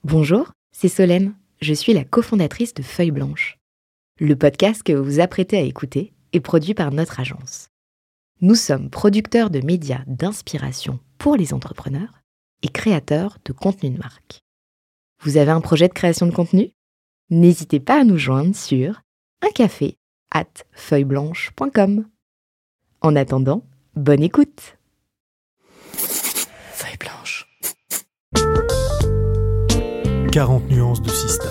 Bonjour, c'est Solène. Je suis la cofondatrice de Feuille Blanche. Le podcast que vous vous apprêtez à écouter est produit par notre agence. Nous sommes producteurs de médias d'inspiration pour les entrepreneurs et créateurs de contenu de marque. Vous avez un projet de création de contenu ? N'hésitez pas à nous joindre sur uncafé@feuilleblanche.com. En attendant, bonne écoute. Feuille blanche. 40 nuances de Sista.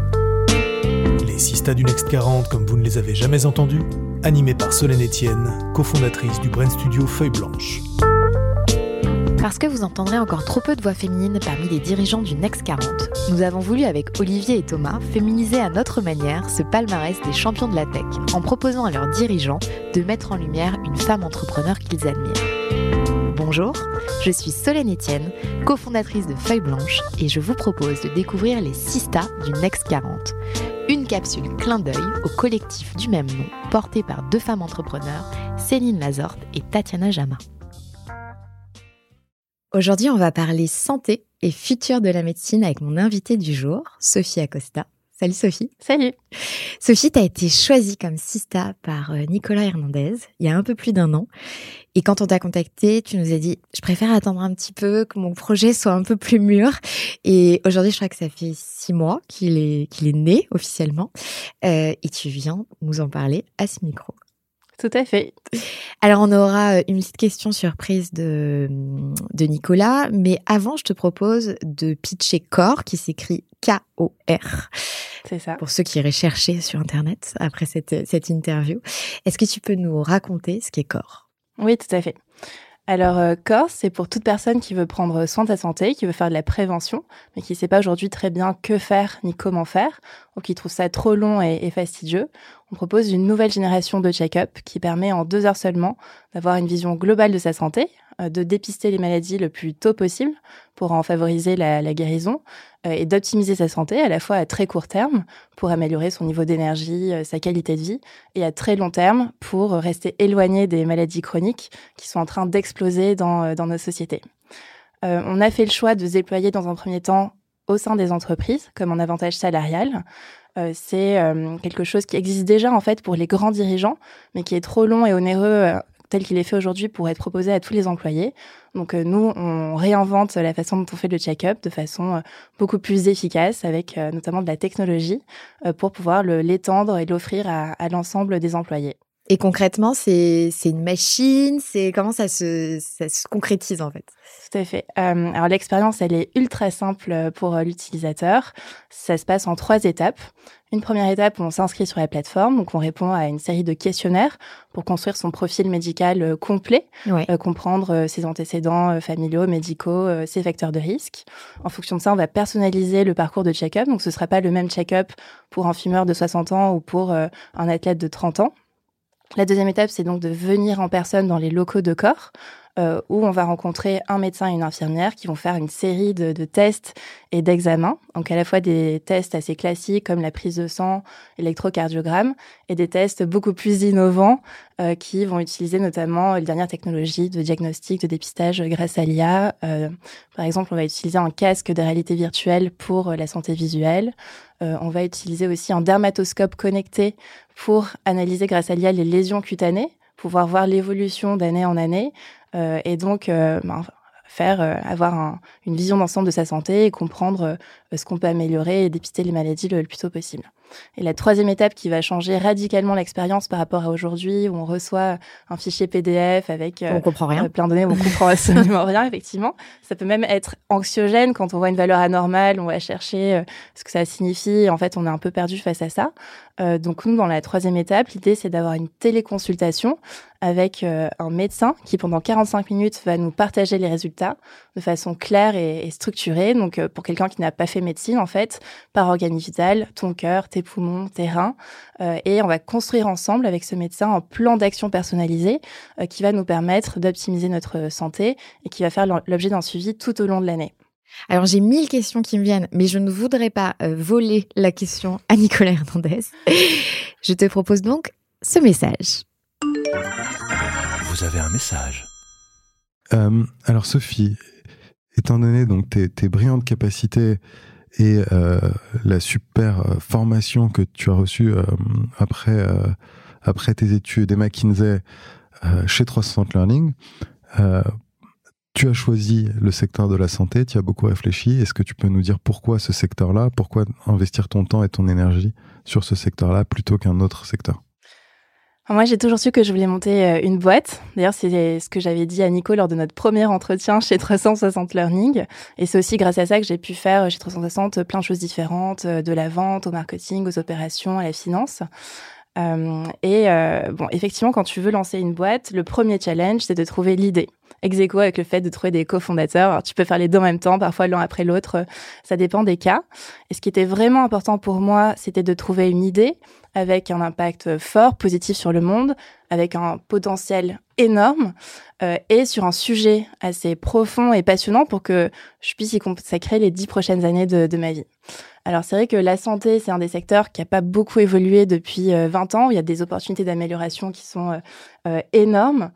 Les Sista du Next 40 comme vous ne les avez jamais entendus, animés par Solène Etienne, cofondatrice du brand studio Feuille Blanche. Parce que vous entendrez encore trop peu de voix féminines parmi les dirigeants du Next 40, nous avons voulu avec Olivier et Thomas féminiser à notre manière ce palmarès des champions de la tech en proposant à leurs dirigeants de mettre en lumière une femme entrepreneur qu'ils admirent. Bonjour, je suis Solène Etienne, cofondatrice de Feuille Blanche et je vous propose de découvrir les Sista du Next 40. Une capsule clin d'œil au collectif du même nom, porté par deux femmes entrepreneurs, Céline Lazorte et Tatiana Jama. Aujourd'hui, on va parler santé et futur de la médecine avec mon invitée du jour, Sophie Acosta. Salut Sophie. Salut. Sophie, tu as été choisie comme Sista par Nicolas Hernandez il y a un peu plus d'1 an. Et quand on t'a contacté, tu nous as dit « Je préfère attendre un petit peu, que mon projet soit un peu plus mûr. » Et aujourd'hui, je crois que ça fait 6 mois qu'il est né officiellement. Et tu viens nous en parler à ce micro. Tout à fait. Alors, on aura une petite question surprise de Nicolas. Mais avant, je te propose de pitcher Core, qui s'écrit K-O-R. C'est ça. Pour ceux qui iraient chercher sur Internet après cette interview. Est-ce que tu peux nous raconter ce qu'est Core ? Oui, tout à fait. Alors, Core, c'est pour toute personne qui veut prendre soin de sa santé, qui veut faire de la prévention, mais qui ne sait pas aujourd'hui très bien que faire ni comment faire, ou qui trouve ça trop long et fastidieux. On propose une nouvelle génération de check-up qui permet en 2 heures seulement d'avoir une vision globale de sa santé, de dépister les maladies le plus tôt possible pour en favoriser la guérison et d'optimiser sa santé à la fois à très court terme pour améliorer son niveau d'énergie, sa qualité de vie et à très long terme pour rester éloigné des maladies chroniques qui sont en train d'exploser dans nos sociétés. On a fait le choix de se déployer dans un premier temps au sein des entreprises comme un avantage salarial. C'est quelque chose qui existe déjà en fait pour les grands dirigeants, mais qui est trop long et onéreux tel qu'il est fait aujourd'hui pour être proposé à tous les employés. Donc nous, on réinvente la façon dont on fait le check-up de façon beaucoup plus efficace avec notamment de la technologie pour pouvoir l'étendre et l'offrir à l'ensemble des employés. Et concrètement, c'est une machine, comment ça se concrétise en fait ? Tout à fait. Alors l'expérience, elle est ultra simple pour l'utilisateur. Ça se passe en 3 étapes. Une première étape où on s'inscrit sur la plateforme, donc on répond à une série de questionnaires pour construire son profil médical complet, comprendre ses antécédents familiaux, médicaux, ses facteurs de risque. En fonction de ça, on va personnaliser le parcours de check-up. Donc ce ne sera pas le même check-up pour un fumeur de 60 ans ou pour un athlète de 30 ans. La deuxième étape, c'est donc de venir en personne dans les locaux de Core, où on va rencontrer un médecin et une infirmière qui vont faire une série de tests et d'examens. Donc à la fois des tests assez classiques comme la prise de sang, l'électrocardiogramme, et des tests beaucoup plus innovants qui vont utiliser notamment les dernières technologies de diagnostic, de dépistage grâce à l'IA. Par exemple, on va utiliser un casque de réalité virtuelle pour la santé visuelle. On va utiliser aussi un dermatoscope connecté pour analyser grâce à l'IA les lésions cutanées, pouvoir voir l'évolution d'année en année et donc avoir une vision d'ensemble de sa santé et comprendre ce qu'on peut améliorer et dépister les maladies le plus tôt possible. Et la troisième étape qui va changer radicalement l'expérience par rapport à aujourd'hui, où on reçoit un fichier PDF avec on comprend rien. Plein de données, on comprend absolument rien, effectivement. Ça peut même être anxiogène quand on voit une valeur anormale, on va chercher ce que ça signifie. En fait, on est un peu perdu face à ça. Donc nous, dans la troisième étape, l'idée, c'est d'avoir une téléconsultation avec un médecin qui, pendant 45 minutes, va nous partager les résultats de façon claire et structurée. Donc, pour quelqu'un qui n'a pas fait médecine, en fait, par organe vital, ton cœur, tes poumons, tes reins. Et on va construire ensemble avec ce médecin un plan d'action personnalisé qui va nous permettre d'optimiser notre santé et qui va faire l'objet d'un suivi tout au long de l'année. Alors, j'ai 1000 questions qui me viennent, mais je ne voudrais pas voler la question à Nicolas Hernandez. Je te propose donc ce message. Vous avez un message. Alors Sophie, étant donné donc tes brillantes capacités et la super formation que tu as reçue après tes études et McKinsey chez 360 Learning. Tu as choisi le secteur de la santé, tu as beaucoup réfléchi. Est-ce que tu peux nous dire pourquoi ce secteur-là, pourquoi investir ton temps et ton énergie sur ce secteur-là plutôt qu'un autre secteur ? Moi, j'ai toujours su que je voulais monter une boîte. D'ailleurs, c'est ce que j'avais dit à Nico lors de notre premier entretien chez 360 Learning. Et c'est aussi grâce à ça que j'ai pu faire chez 360 plein de choses différentes, de la vente au marketing, aux opérations, à la finance. Effectivement, quand tu veux lancer une boîte, le premier challenge, c'est de trouver l'idée. Ex aequo avec le fait de trouver des cofondateurs. Alors, tu peux faire les deux en même temps, parfois l'un après l'autre. Ça dépend des cas. Et ce qui était vraiment important pour moi, c'était de trouver une idée avec un impact fort, positif sur le monde, avec un potentiel énorme et sur un sujet assez profond et passionnant pour que je puisse y consacrer les 10 prochaines années de ma vie. Alors, c'est vrai que la santé, c'est un des secteurs qui n'a pas beaucoup évolué depuis 20 ans. Il y a des opportunités d'amélioration qui sont énormes.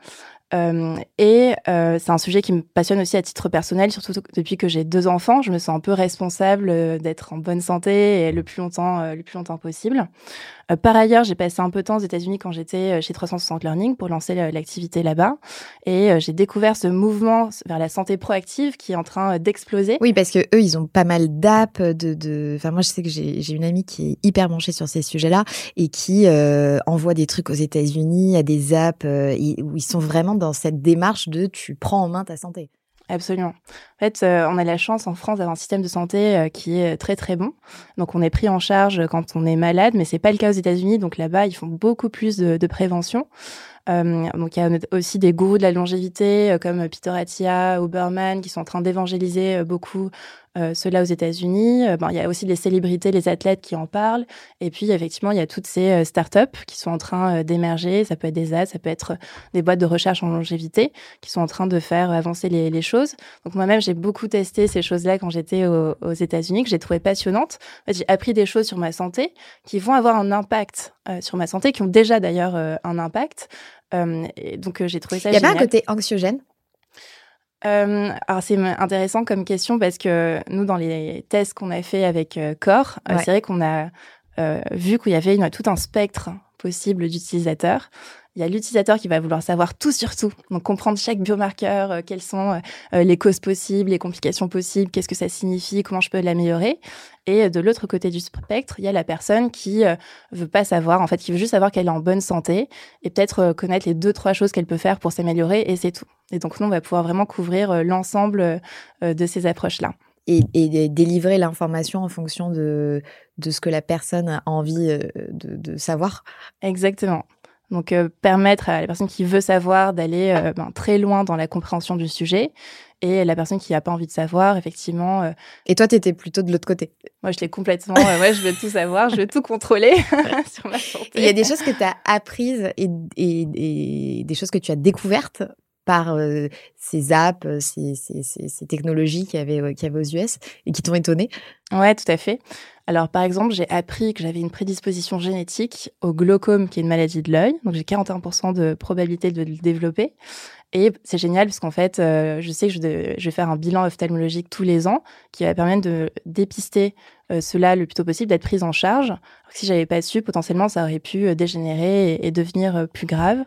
C'est un sujet qui me passionne aussi à titre personnel, surtout depuis que j'ai 2 enfants. Je me sens un peu responsable d'être en bonne santé et le plus longtemps possible. Par ailleurs, j'ai passé un peu de temps aux États-Unis quand j'étais chez 360 Learning pour lancer l'activité là-bas. Et j'ai découvert ce mouvement vers la santé proactive qui est en train d'exploser. Oui, parce que eux, ils ont pas mal d'apps Enfin, moi, je sais que j'ai une amie qui est hyper branchée sur ces sujets-là et qui envoie des trucs aux États-Unis à des apps où ils sont vraiment dans cette démarche de tu prends en main ta santé. Absolument. En fait, on a la chance en France d'avoir un système de santé qui est très très bon. Donc, on est pris en charge quand on est malade, mais c'est pas le cas aux États-Unis. Donc là-bas, ils font beaucoup plus de prévention. Donc, il y a aussi des gourous de la longévité comme Peter Attia, Huberman, qui sont en train d'évangéliser beaucoup ceux-là aux États-Unis. Il y a aussi les célébrités, les athlètes qui en parlent. Et puis, effectivement, il y a toutes ces startups qui sont en train d'émerger. Ça peut être des ads, ça peut être des boîtes de recherche en longévité qui sont en train de faire avancer les choses. Donc, moi-même, j'ai beaucoup testé ces choses-là quand j'étais aux États-Unis, que j'ai trouvé passionnantes. En fait, j'ai appris des choses sur ma santé qui vont avoir un impact sur ma santé, qui ont déjà d'ailleurs un impact. Et donc, j'ai trouvé ça génial. Il n'y a pas un côté anxiogène ? Alors c'est intéressant comme question parce que nous, dans les tests qu'on a fait avec Core, c'est vrai qu'on a vu qu'il y avait tout un spectre possible d'utilisateurs. Il y a l'utilisateur qui va vouloir savoir tout sur tout, donc comprendre chaque biomarqueur, quelles sont les causes possibles, les complications possibles, qu'est-ce que ça signifie, comment je peux l'améliorer. Et de l'autre côté du spectre, il y a la personne qui veut pas savoir, en fait, qui veut juste savoir qu'elle est en bonne santé et peut-être connaître les 2-3 choses qu'elle peut faire pour s'améliorer et c'est tout. Et donc nous, on va pouvoir vraiment couvrir l'ensemble de ces approches-là. Et délivrer l'information en fonction de ce que la personne a envie de savoir. Exactement. Donc, permettre à la personne qui veut savoir d'aller très loin dans la compréhension du sujet et la personne qui n'a pas envie de savoir, effectivement... Et toi, tu étais plutôt de l'autre côté. Moi, je l'ai complètement... je veux tout savoir, je veux tout contrôler sur ma santé. Il y a des choses que tu as apprises et des choses que tu as découvertes par ces apps, ces technologies qu'il y avait aux US et qui t'ont étonnée. Ouais, tout à fait. Alors, par exemple, j'ai appris que j'avais une prédisposition génétique au glaucome, qui est une maladie de l'œil. Donc, j'ai 41% de probabilité de le développer. Et c'est génial parce qu'en fait, je sais que je vais faire un bilan ophtalmologique tous les ans qui va permettre de dépister cela le plus tôt possible, d'être prise en charge. Alors que si j'avais pas su, potentiellement, ça aurait pu dégénérer et devenir plus grave.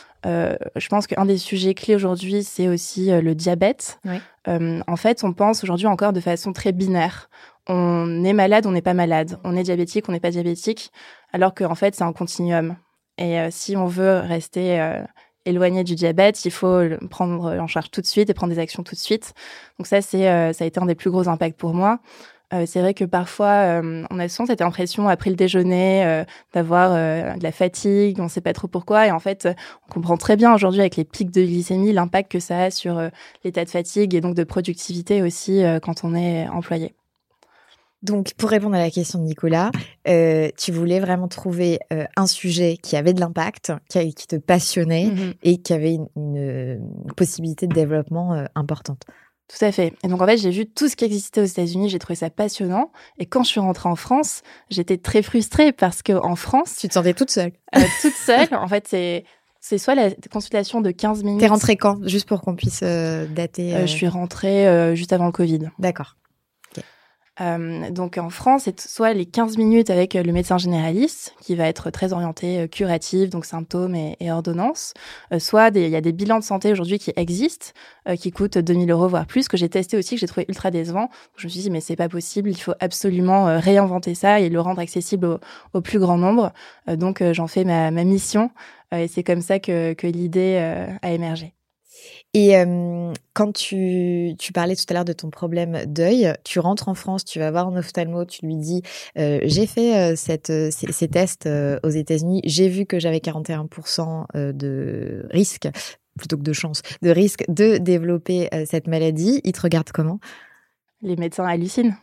Je pense qu'un des sujets clés aujourd'hui, c'est aussi le diabète. Oui. En fait, on pense aujourd'hui encore de façon très binaire. On est malade, on n'est pas malade. On est diabétique, on n'est pas diabétique. Alors qu'en fait, c'est un continuum. Et si on veut rester éloigné du diabète, il faut le prendre en charge tout de suite et prendre des actions tout de suite. Donc ça, ça a été un des plus gros impacts pour moi. C'est vrai que parfois, on a souvent cette impression, après le déjeuner, d'avoir de la fatigue, on ne sait pas trop pourquoi. Et en fait, on comprend très bien aujourd'hui avec les pics de glycémie l'impact que ça a sur l'état de fatigue et donc de productivité aussi quand on est employé. Donc, pour répondre à la question de Nicolas, tu voulais vraiment trouver un sujet qui avait de l'impact, qui te passionnait et qui avait une possibilité de développement importante. Tout à fait. Et donc, en fait, j'ai vu tout ce qui existait aux États-Unis, j'ai trouvé ça passionnant. Et quand je suis rentrée en France, j'étais très frustrée parce qu'en France... Tu te sentais toute seule. Toute seule. En fait, c'est soit la consultation de 15 minutes... T'es rentrée quand ? Juste pour qu'on puisse dater... Je suis rentrée juste avant le Covid. D'accord. Donc en France, c'est soit les 15 minutes avec le médecin généraliste, qui va être très orienté curatif, donc symptômes et ordonnances, soit il y a des bilans de santé aujourd'hui qui existent, qui coûtent 2 000 € voire plus, que j'ai testé aussi, que j'ai trouvé ultra décevant. Je me suis dit, mais c'est pas possible, il faut absolument réinventer ça et le rendre accessible au plus grand nombre. Donc j'en fais ma mission, et c'est comme ça que l'idée a émergé. Et quand tu parlais tout à l'heure de ton problème d'œil, tu rentres en France, tu vas voir un ophtalmo, tu lui dis j'ai fait ces tests aux États-Unis, j'ai vu que j'avais 41% de risque, plutôt que de chance, de risque de développer cette maladie. Ils te regardent comment ? Les médecins hallucinent.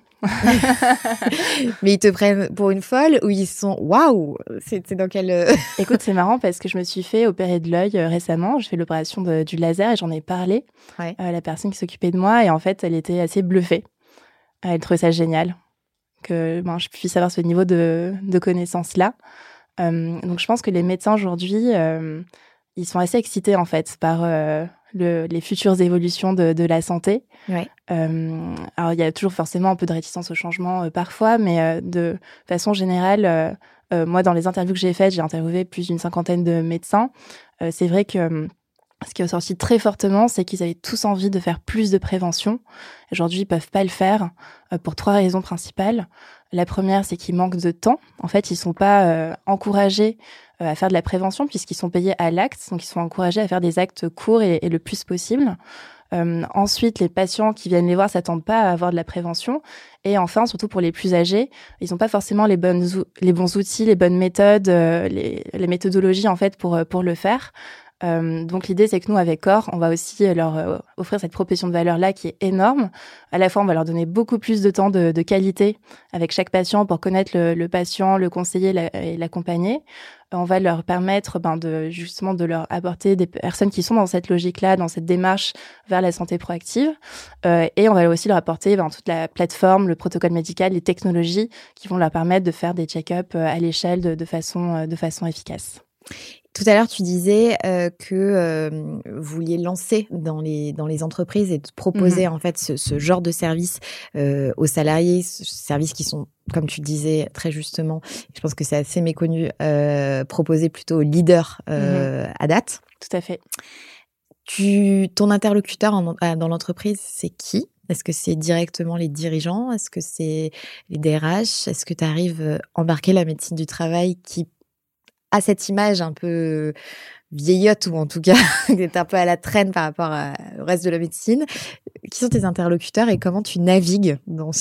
Mais ils te prennent pour une folle ou ils sont waouh, c'est dans quel Écoute, c'est marrant parce que je me suis fait opérer de l'œil récemment. Je fais l'opération du laser et j'en ai parlé à la personne qui s'occupait de moi, et en fait, elle était assez bluffée. Elle trouvait ça génial que je puisse avoir ce niveau de connaissance là. Donc je pense que les médecins aujourd'hui, ils sont assez excités en fait par les futures évolutions de la santé. Ouais. Alors, il y a toujours forcément un peu de réticence au changement parfois, mais de façon générale, moi, dans les interviews que j'ai faites, j'ai interviewé plus d'une 50aine de médecins. C'est vrai que ce qui est ressorti très fortement, c'est qu'ils avaient tous envie de faire plus de prévention. Aujourd'hui, ils peuvent pas le faire pour 3 raisons principales. La première, c'est qu'ils manquent de temps. En fait, ils sont pas encouragés à faire de la prévention puisqu'ils sont payés à l'acte. Donc, ils sont encouragés à faire des actes courts et le plus possible. Ensuite, les patients qui viennent les voir s'attendent pas à avoir de la prévention. Et enfin, surtout pour les plus âgés, ils n'ont pas forcément les bons outils, les bonnes méthodes, les méthodologies en fait pour le faire. Donc l'idée, c'est que nous, avec Corps, on va aussi leur offrir cette proposition de valeur-là qui est énorme. À la fois, on va leur donner beaucoup plus de temps de qualité avec chaque patient pour connaître le patient, le conseiller et l'accompagner. On va leur permettre de leur apporter des personnes qui sont dans cette logique-là, dans cette démarche vers la santé proactive. Et on va aussi leur apporter toute la plateforme, le protocole médical, les technologies qui vont leur permettre de faire des check-ups à l'échelle de façon efficace. Tout à l'heure, tu disais que vous vouliez lancer dans les entreprises et proposer en fait ce genre de service aux salariés, services qui sont, comme tu disais très justement, je pense que c'est assez méconnu, proposés plutôt aux leaders à date. Tout à fait. Ton interlocuteur dans l'entreprise, c'est qui ? Est-ce que c'est directement les dirigeants ? Est-ce que c'est les DRH ? Est-ce que tu arrives à embarquer la médecine du travail qui a cette image un peu vieillotte, ou en tout cas qui est un peu à la traîne par rapport au reste de la médecine? Qui sont tes interlocuteurs et comment tu navigues dans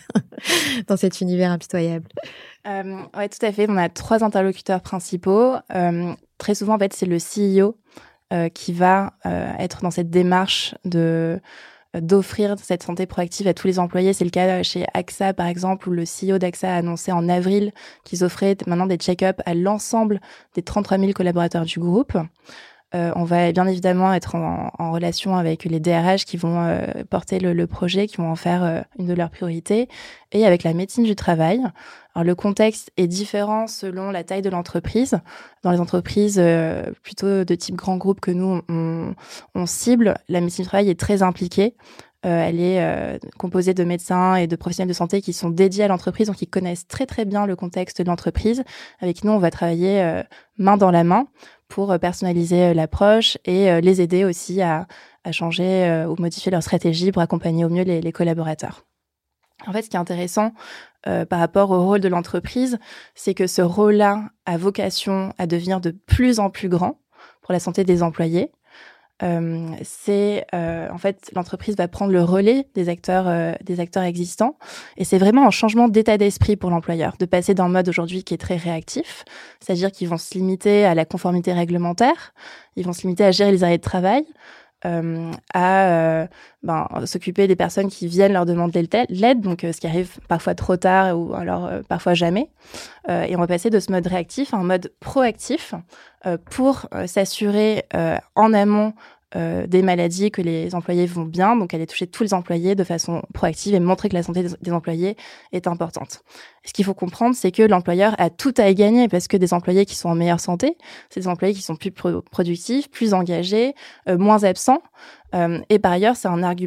cet univers impitoyable? Ouais, tout à fait. On a 3 interlocuteurs principaux. Très souvent, en fait, c'est le CEO qui va être dans cette démarche d'offrir cette santé proactive à tous les employés. C'est le cas chez AXA, par exemple, où le CEO d'AXA a annoncé en avril qu'ils offraient maintenant des check-ups à l'ensemble des 33 000 collaborateurs du groupe. On va bien évidemment être en relation avec les DRH qui vont porter le projet, qui vont en faire une de leurs priorités, et avec la médecine du travail. Alors, le contexte est différent selon la taille de l'entreprise. Dans les entreprises plutôt de type grand groupe que nous, on cible, la médecine du travail est très impliquée. Elle est composée de médecins et de professionnels de santé qui sont dédiés à l'entreprise, donc qui connaissent très très bien le contexte de l'entreprise. Avec nous, on va travailler main dans la main pour personnaliser l'approche et les aider aussi à changer ou modifier leur stratégie pour accompagner au mieux les collaborateurs. En fait, ce qui est intéressant par rapport au rôle de l'entreprise, c'est que ce rôle-là a vocation à devenir de plus en plus grand pour la santé des employés. En fait, l'entreprise va prendre le relais des acteurs existants, et c'est vraiment un changement d'état d'esprit pour l'employeur de passer d'un mode aujourd'hui qui est très réactif, c'est-à-dire qu'ils vont se limiter à la conformité réglementaire, ils vont se limiter à gérer les arrêts de travail, à s'occuper des personnes qui viennent leur demander l'aide, donc ce qui arrive parfois trop tard ou alors parfois jamais. Et on va passer de ce mode réactif à un mode proactif pour s'assurer en amont des maladies que les employés vont bien, donc aller toucher tous les employés de façon proactive et montrer que la santé des employés est importante. Ce qu'il faut comprendre, c'est que l'employeur a tout à y gagner parce que des employés qui sont en meilleure santé, c'est des employés qui sont plus productifs, plus engagés, moins absents. Et par ailleurs, c'est un argument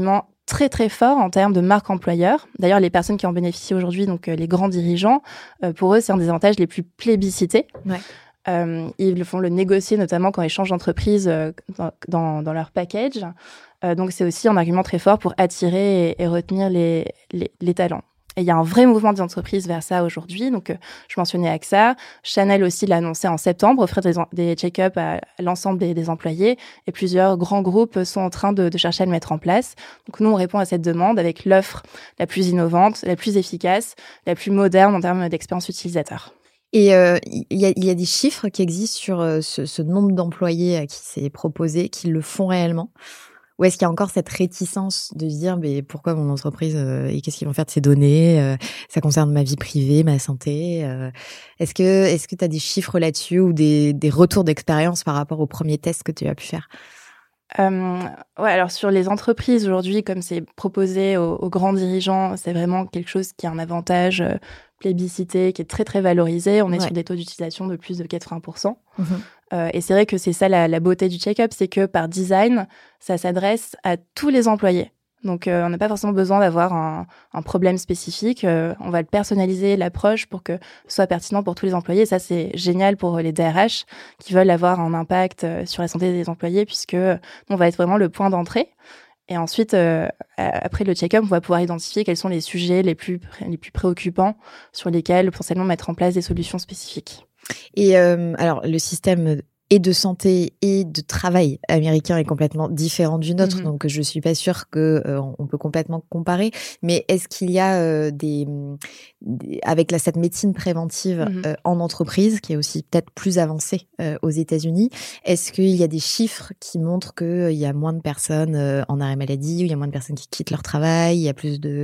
très très fort en termes de marque employeur. D'ailleurs, les personnes qui en bénéficient aujourd'hui, donc les grands dirigeants, pour eux, c'est un des avantages les plus plébiscités. Ouais. Ils font le négocier notamment quand ils changent d'entreprise dans leur package. Donc, c'est aussi un argument très fort pour attirer et retenir les talents. Et il y a un vrai mouvement des entreprises vers ça aujourd'hui. Donc, je mentionnais AXA. Chanel aussi l'a annoncé en septembre, offrir des check-up à l'ensemble des employés. Et plusieurs grands groupes sont en train de chercher à le mettre en place. Donc, nous, on répond à cette demande avec l'offre la plus innovante, la plus efficace, la plus moderne en termes d'expérience utilisateur. Et il y a des chiffres qui existent sur ce nombre d'employés à qui c'est proposé, qui le font réellement? Ou est-ce qu'il y a encore cette réticence de se dire mais pourquoi mon entreprise et qu'est-ce qu'ils vont faire de ces données, ça concerne ma vie privée, ma santé, est-ce que tu as des chiffres là-dessus ou des retours d'expérience par rapport aux premiers tests que tu as pu faire? Ouais, alors sur les entreprises aujourd'hui, comme c'est proposé aux grands dirigeants, c'est vraiment quelque chose qui a un avantage plébiscité, qui est très très valorisé. On est sur des taux d'utilisation de plus de 80%. Et c'est vrai que c'est ça la beauté du check-up, c'est que par design, ça s'adresse à tous les employés. Donc, on n'a pas forcément besoin d'avoir un problème spécifique. On va le personnaliser, l'approche, pour que ce soit pertinent pour tous les employés. Et ça, c'est génial pour les DRH qui veulent avoir un impact sur la santé des employés, puisque on va être vraiment le point d'entrée. Et ensuite, après le check-up, on va pouvoir identifier quels sont les sujets les plus préoccupants sur lesquels potentiellement mettre en place des solutions spécifiques. Et alors, le système et de santé et de travail américain est complètement différent du nôtre, donc je suis pas sûre que on peut complètement comparer. Mais est-ce qu'il y a avec cette médecine préventive en entreprise, qui est aussi peut-être plus avancée aux États-Unis, est-ce qu'il y a des chiffres qui montrent qu'il y a moins de personnes en arrêt maladie, ou il y a moins de personnes qui quittent leur travail, il y a plus de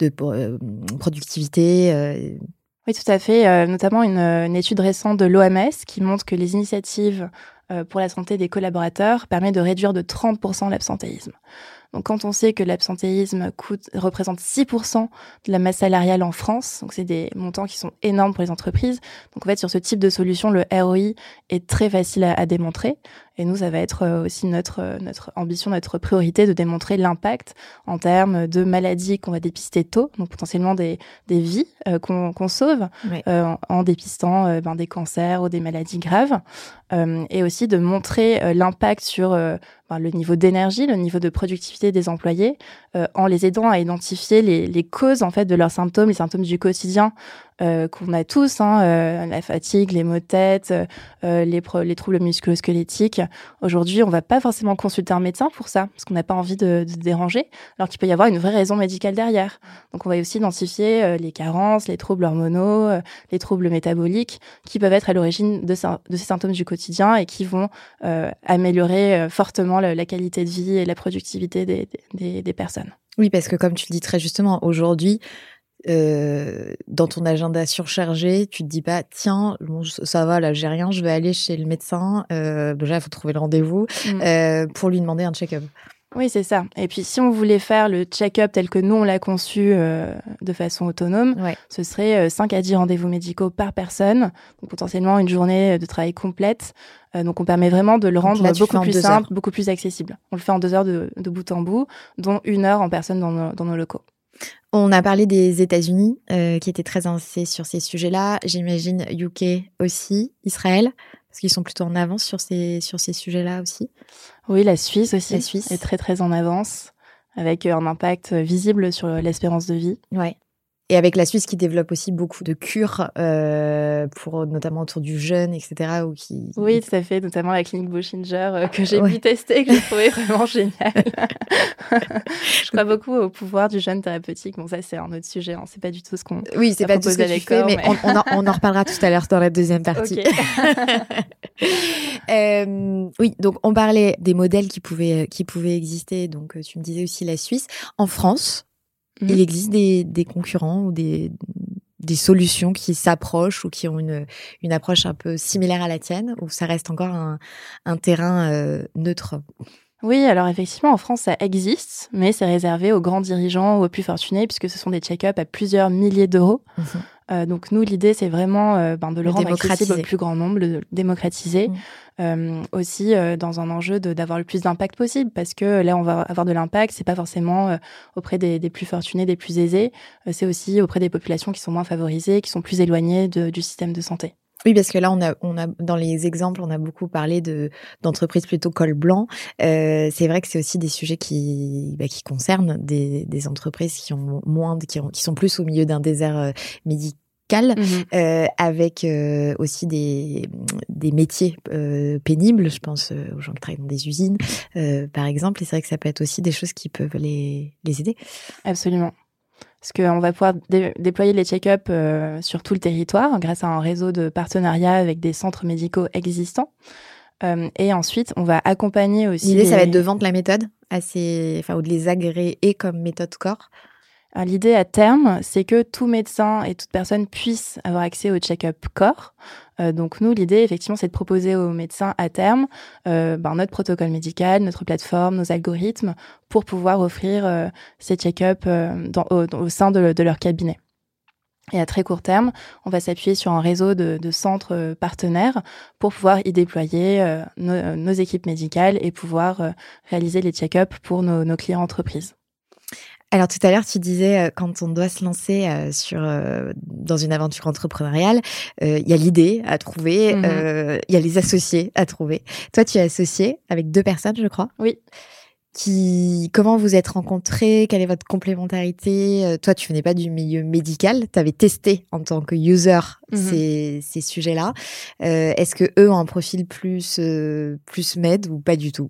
productivité Oui, tout à fait. Notamment une étude récente de l'OMS qui montre que les initiatives pour la santé des collaborateurs permettent de réduire de 30% l'absentéisme. Donc, quand on sait que l'absentéisme représente 6% de la masse salariale en France, donc c'est des montants qui sont énormes pour les entreprises. Donc, en fait, sur ce type de solution, le ROI est très facile à démontrer. Et nous, ça va être aussi notre ambition, notre priorité de démontrer l'impact en termes de maladies qu'on va dépister tôt, donc potentiellement des vies qu'on sauve en dépistant des cancers ou des maladies graves, et aussi de montrer l'impact sur le niveau d'énergie, le niveau de productivité des employés, en les aidant à identifier les causes en fait de leurs symptômes, les symptômes du quotidien qu'on a tous, la fatigue, les maux de tête, les troubles musculo-squelettiques. Aujourd'hui, on va pas forcément consulter un médecin pour ça, parce qu'on n'a pas envie de déranger, alors qu'il peut y avoir une vraie raison médicale derrière. Donc, on va aussi identifier les carences, les troubles hormonaux, les troubles métaboliques, qui peuvent être à l'origine de ces symptômes du quotidien et qui vont améliorer fortement la qualité de vie et la productivité des personnes. Oui, parce que comme tu le dis très justement, aujourd'hui, dans ton agenda surchargé, tu te dis pas tiens, bon, ça va là, j'ai rien, je vais aller chez le médecin. Déjà, il faut trouver le rendez-vous pour lui demander un check-up. Oui, c'est ça. Et puis, si on voulait faire le check-up tel que nous, on l'a conçu de façon autonome, ce serait 5 à 10 rendez-vous médicaux par personne, donc potentiellement une journée de travail complète. Donc, on permet vraiment de le rendre beaucoup plus simple, beaucoup plus accessible. On le fait en 2 heures de bout en bout, dont 1 heure en personne dans nos locaux. On a parlé des États-Unis qui étaient très avancés sur ces sujets-là. J'imagine UK aussi, Israël, parce qu'ils sont plutôt en avance sur ces sujets-là aussi. Oui, la Suisse aussi est très très en avance, avec un impact visible sur l'espérance de vie. Ouais. Et avec la Suisse qui développe aussi beaucoup de cures pour notamment autour du jeûne, etc. Oui, tout à fait, notamment la clinique Boschinger que j'ai pu tester, que j'ai trouvé vraiment génial. Je crois beaucoup au pouvoir du jeûne thérapeutique. Bon, ça c'est un autre sujet, c'est pas du tout ce qu'on c'est pas tout ce que tu fais, mais on en reparlera tout à l'heure dans la deuxième partie. Okay. Oui, donc on parlait des modèles qui pouvaient exister. Donc tu me disais aussi la Suisse. En France, il existe des concurrents ou des solutions qui s'approchent ou qui ont une approche un peu similaire à la tienne, ou ça reste encore un terrain neutre? Oui, alors effectivement, en France, ça existe, mais c'est réservé aux grands dirigeants ou aux plus fortunés, puisque ce sont des check-up à plusieurs milliers d'euros. Donc nous, l'idée, c'est vraiment de le rendre accessible au plus grand nombre, le démocratiser. Aussi dans un enjeu d'avoir le plus d'impact possible, parce que là, on va avoir de l'impact, c'est pas forcément auprès des plus fortunés, des plus aisés, c'est aussi auprès des populations qui sont moins favorisées, qui sont plus éloignées du système de santé. Oui, parce que là, on a dans les exemples, on a beaucoup parlé d'entreprises plutôt col blanc. C'est vrai que c'est aussi des sujets qui concernent des entreprises qui sont plus au milieu d'un désert médical, avec aussi des métiers pénibles. Je pense aux gens qui travaillent dans des usines, par exemple. Et c'est vrai que ça peut être aussi des choses qui peuvent les aider. Absolument. Parce qu'on va pouvoir déployer les check-up sur tout le territoire grâce à un réseau de partenariats avec des centres médicaux existants. Et ensuite, on va accompagner aussi... L'idée, ça va être de vendre la méthode ou de les agréer comme méthode corps. Alors, l'idée à terme, c'est que tout médecin et toute personne puisse avoir accès au check-up corps. Donc nous, l'idée, effectivement, c'est de proposer aux médecins à terme notre protocole médical, notre plateforme, nos algorithmes pour pouvoir offrir ces check-up au sein de leur cabinet. Et à très court terme, on va s'appuyer sur un réseau de centres partenaires pour pouvoir y déployer nos équipes médicales et pouvoir réaliser les check-up pour nos clients entreprises. Alors tout à l'heure, tu disais quand on doit se lancer dans une aventure entrepreneuriale, il y a l'idée à trouver, il y a les associés à trouver. Toi, tu es associé avec 2 personnes, je crois. Oui. Comment vous êtes rencontrés? Quelle est votre complémentarité? Toi, tu venais pas du milieu médical, tu avais testé en tant que user ces sujets-là. Est-ce que eux ont un profil plus med ou pas du tout?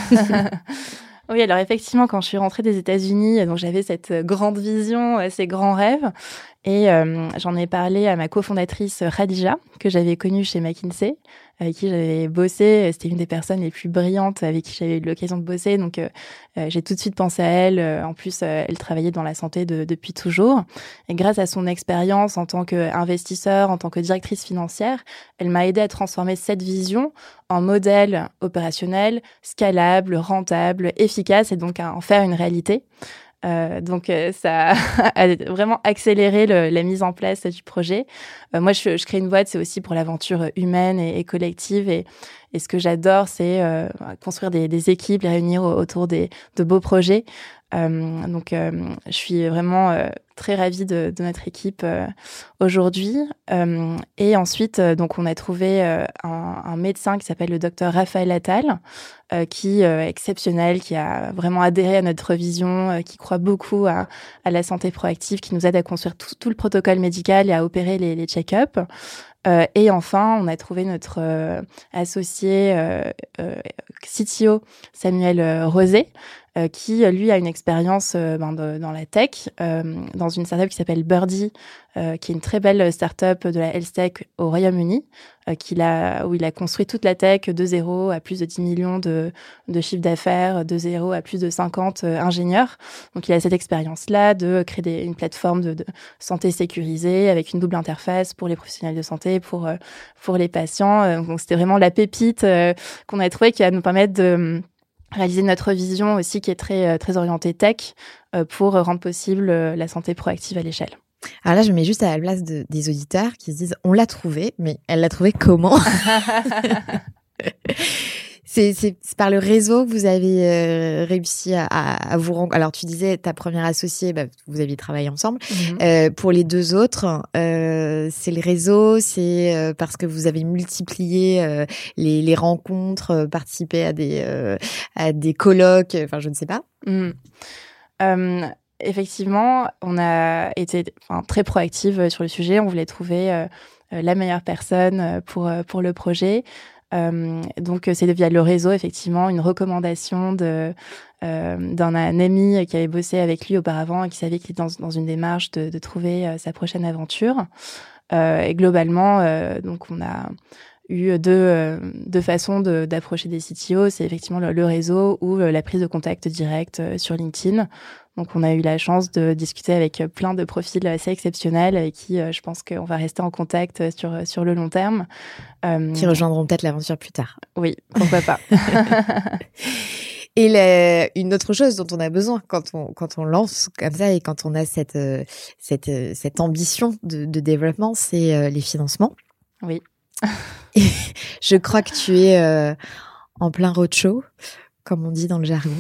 Oui, alors effectivement, quand je suis rentrée des États-Unis, donc j'avais cette grande vision, ces grands rêves, et j'en ai parlé à ma cofondatrice Khadija, que j'avais connue chez McKinsey, avec qui j'avais bossé. C'était une des personnes les plus brillantes avec qui j'avais eu l'occasion de bosser, donc j'ai tout de suite pensé à elle. En plus, elle travaillait dans la santé depuis toujours, et grâce à son expérience en tant qu'investisseur, en tant que directrice financière, elle m'a aidé à transformer cette vision en modèle opérationnel, scalable, rentable, efficace, et donc à en faire une réalité. Donc ça a vraiment accéléré la mise en place du projet. Moi, je crée une boîte, c'est aussi pour l'aventure humaine et collective. Et ce que j'adore, c'est construire des équipes, les réunir autour de beaux projets. Donc, je suis vraiment très ravie de notre équipe aujourd'hui. Et ensuite, donc, on a trouvé un médecin qui s'appelle le docteur Raphaël Attal, qui est exceptionnel, qui a vraiment adhéré à notre vision, qui croit beaucoup à la santé proactive, qui nous aide à construire tout le protocole médical et à opérer les check-up. Et enfin, on a trouvé notre associé CTO Samuel Rosé, qui lui a une expérience dans la tech, dans une startup qui s'appelle Birdie, qui est une très belle startup de la health tech au Royaume-Uni, où il a construit toute la tech de 0 à plus de 10 millions de chiffre d'affaires, de 0 à plus de 50 ingénieurs. Donc il a cette expérience-là de créer une plateforme de santé sécurisée avec une double interface pour les professionnels de santé, pour les patients. Donc c'était vraiment la pépite qu'on a trouvée qui va nous permettre de réaliser notre vision aussi qui est très, très orientée tech pour rendre possible la santé proactive à l'échelle. Alors là, je me mets juste à la place des auditeurs qui se disent « on l'a trouvé », mais elle l'a trouvé comment? C'est par le réseau que vous avez réussi à vous rencontrer. Alors, tu disais, ta première associée, vous aviez travaillé ensemble. Pour les 2 autres, c'est le réseau, c'est parce que vous avez multiplié les rencontres, participé à des colloques, enfin, je ne sais pas. Effectivement, on a été très proactive sur le sujet. On voulait trouver la meilleure personne pour le projet. Donc c'est via le réseau, effectivement, une recommandation d'un ami qui avait bossé avec lui auparavant et qui savait qu'il était dans une démarche de trouver sa prochaine aventure. Et globalement, donc on a eu deux façons d'approcher des CTO. C'est effectivement le réseau ou la prise de contact direct sur LinkedIn. Donc, on a eu la chance de discuter avec plein de profils assez exceptionnels avec qui je pense qu'on va rester en contact sur le long terme. Qui rejoindront peut-être l'aventure plus tard. Oui, pourquoi pas. Et une autre chose dont on a besoin quand on lance comme ça et quand on a cette ambition de développement, c'est les financements. Oui. Et je crois que tu es en plein roadshow, comme on dit dans le jargon.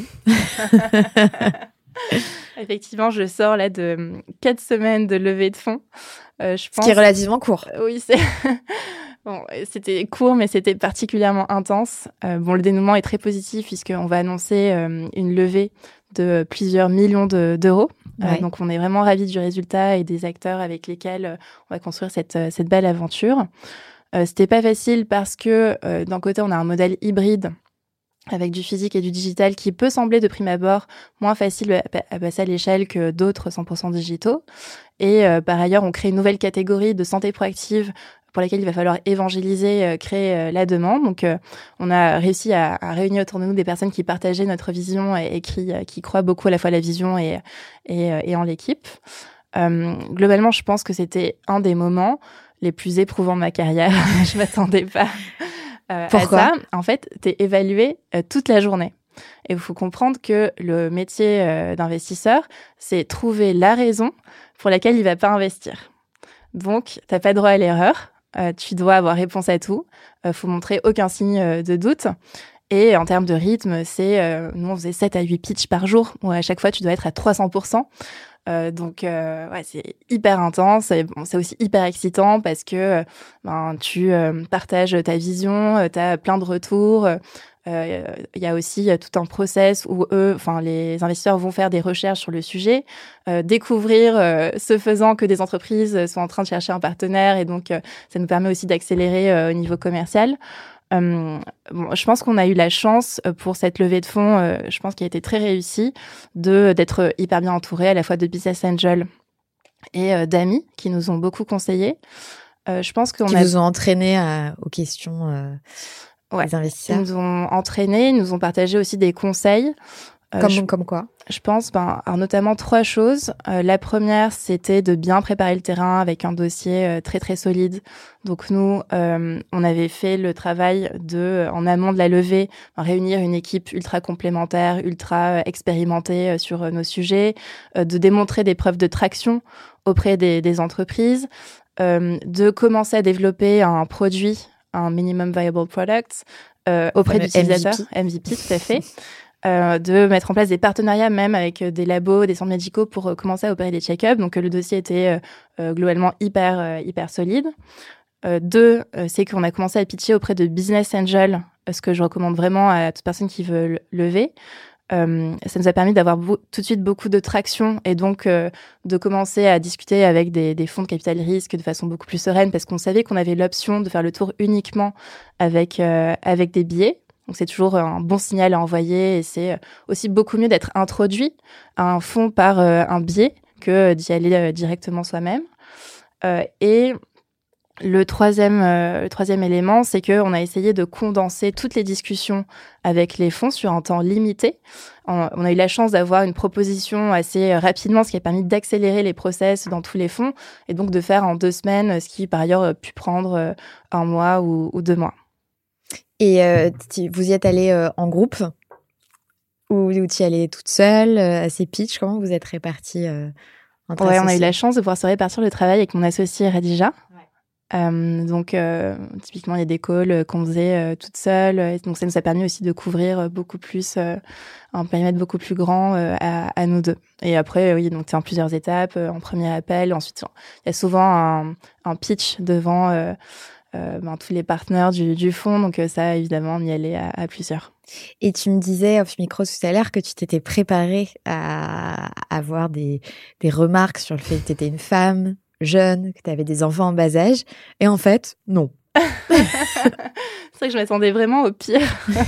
Effectivement, je sors là de 4 semaines de levée de fonds. Je pense... Ce qui est relativement court. Oui, bon, c'était court, mais c'était particulièrement intense. Le dénouement est très positif puisqu'on va annoncer une levée de plusieurs millions d'euros. Ouais. Donc, on est vraiment ravis du résultat et des acteurs avec lesquels on va construire cette belle aventure. C'était pas facile parce que d'un côté, on a un modèle hybride avec du physique et du digital qui peut sembler de prime abord moins facile à passer à l'échelle que d'autres 100% digitaux. Et par ailleurs, on crée une nouvelle catégorie de santé proactive pour laquelle il va falloir évangéliser, créer la demande. Donc, on a réussi à réunir autour de nous des personnes qui partageaient notre vision et qui croient beaucoup à la fois à la vision et en l'équipe. Globalement, je pense que c'était un des moments les plus éprouvants de ma carrière. Je m'attendais pas Pourquoi à ça. En fait, t'es évalué toute la journée. Et il faut comprendre que le métier d'investisseur, c'est trouver la raison pour laquelle il va pas investir. Donc, t'as pas droit à l'erreur. Tu dois avoir réponse à tout. Faut montrer aucun signe de doute. Et en termes de rythme, nous, on faisait 7 à 8 pitchs par jour, où à chaque fois, tu dois être à 300%. Donc, c'est hyper intense. Et c'est aussi hyper excitant parce que tu partages ta vision, tu as plein de retours. Il y a aussi tout un process où les investisseurs vont faire des recherches sur le sujet, découvrir, ce faisant, que des entreprises sont en train de chercher un partenaire. Et donc, ça nous permet aussi d'accélérer au niveau commercial. Je pense qu'on a eu la chance pour cette levée de fonds, je pense qu'elle a été très réussie, d'être hyper bien entourée à la fois de business angels et d'amis qui nous ont beaucoup conseillé. Je pense qu'on vous ont entraîné aux questions des investisseurs. Ils nous ont entraînés, ils nous ont partagé aussi des conseils. Comme quoi ? Je pense, notamment 3 choses. La première, c'était de bien préparer le terrain avec un dossier très très solide. Donc nous, on avait fait le travail en amont de la levée, réunir une équipe ultra complémentaire, ultra expérimentée sur nos sujets, de démontrer des preuves de traction auprès des entreprises, de commencer à développer un produit, un minimum viable product, auprès d'utilisateurs, MVP, tout à fait. De mettre en place des partenariats même avec des labos, des centres médicaux pour commencer à opérer des check-ups. Donc le dossier était globalement hyper solide. 2, c'est qu'on a commencé à pitcher auprès de business angels, ce que je recommande vraiment à toute personne qui veut lever. Ça nous a permis d'avoir tout de suite beaucoup de traction et donc de commencer à discuter avec des fonds de capital risque de façon beaucoup plus sereine parce qu'on savait qu'on avait l'option de faire le tour uniquement avec des billets. Donc, c'est toujours un bon signal à envoyer et c'est aussi beaucoup mieux d'être introduit à un fonds par un biais que d'y aller directement soi-même. Et le troisième élément, c'est qu'on a essayé de condenser toutes les discussions avec les fonds sur un temps limité. On a eu la chance d'avoir une proposition assez rapidement, ce qui a permis d'accélérer les process dans tous les fonds et donc de faire en 2 semaines, ce qui par ailleurs a pu prendre 1 mois ou 2 mois. Et vous y êtes allée en groupe ou tu y allais toute seule à ces pitchs? Comment vous êtes répartis entre associés? On a eu la chance de pouvoir se répartir le travail avec mon associé Radija. Donc, typiquement, il y a des calls qu'on faisait toute seule. Donc, ça nous a permis aussi de couvrir beaucoup plus, un périmètre beaucoup plus grand à nous deux. Et après, oui, donc c'est en plusieurs étapes. En premier appel, ensuite, il y a souvent un pitch devant tous les partenaires du fonds. Donc, ça, évidemment, on y allait à plusieurs. Et tu me disais off micro tout à l'heure que tu t'étais préparée à avoir des remarques sur le fait que tu étais une femme jeune, que tu avais des enfants en bas âge. Et en fait, non. C'est vrai que je m'attendais vraiment au pire.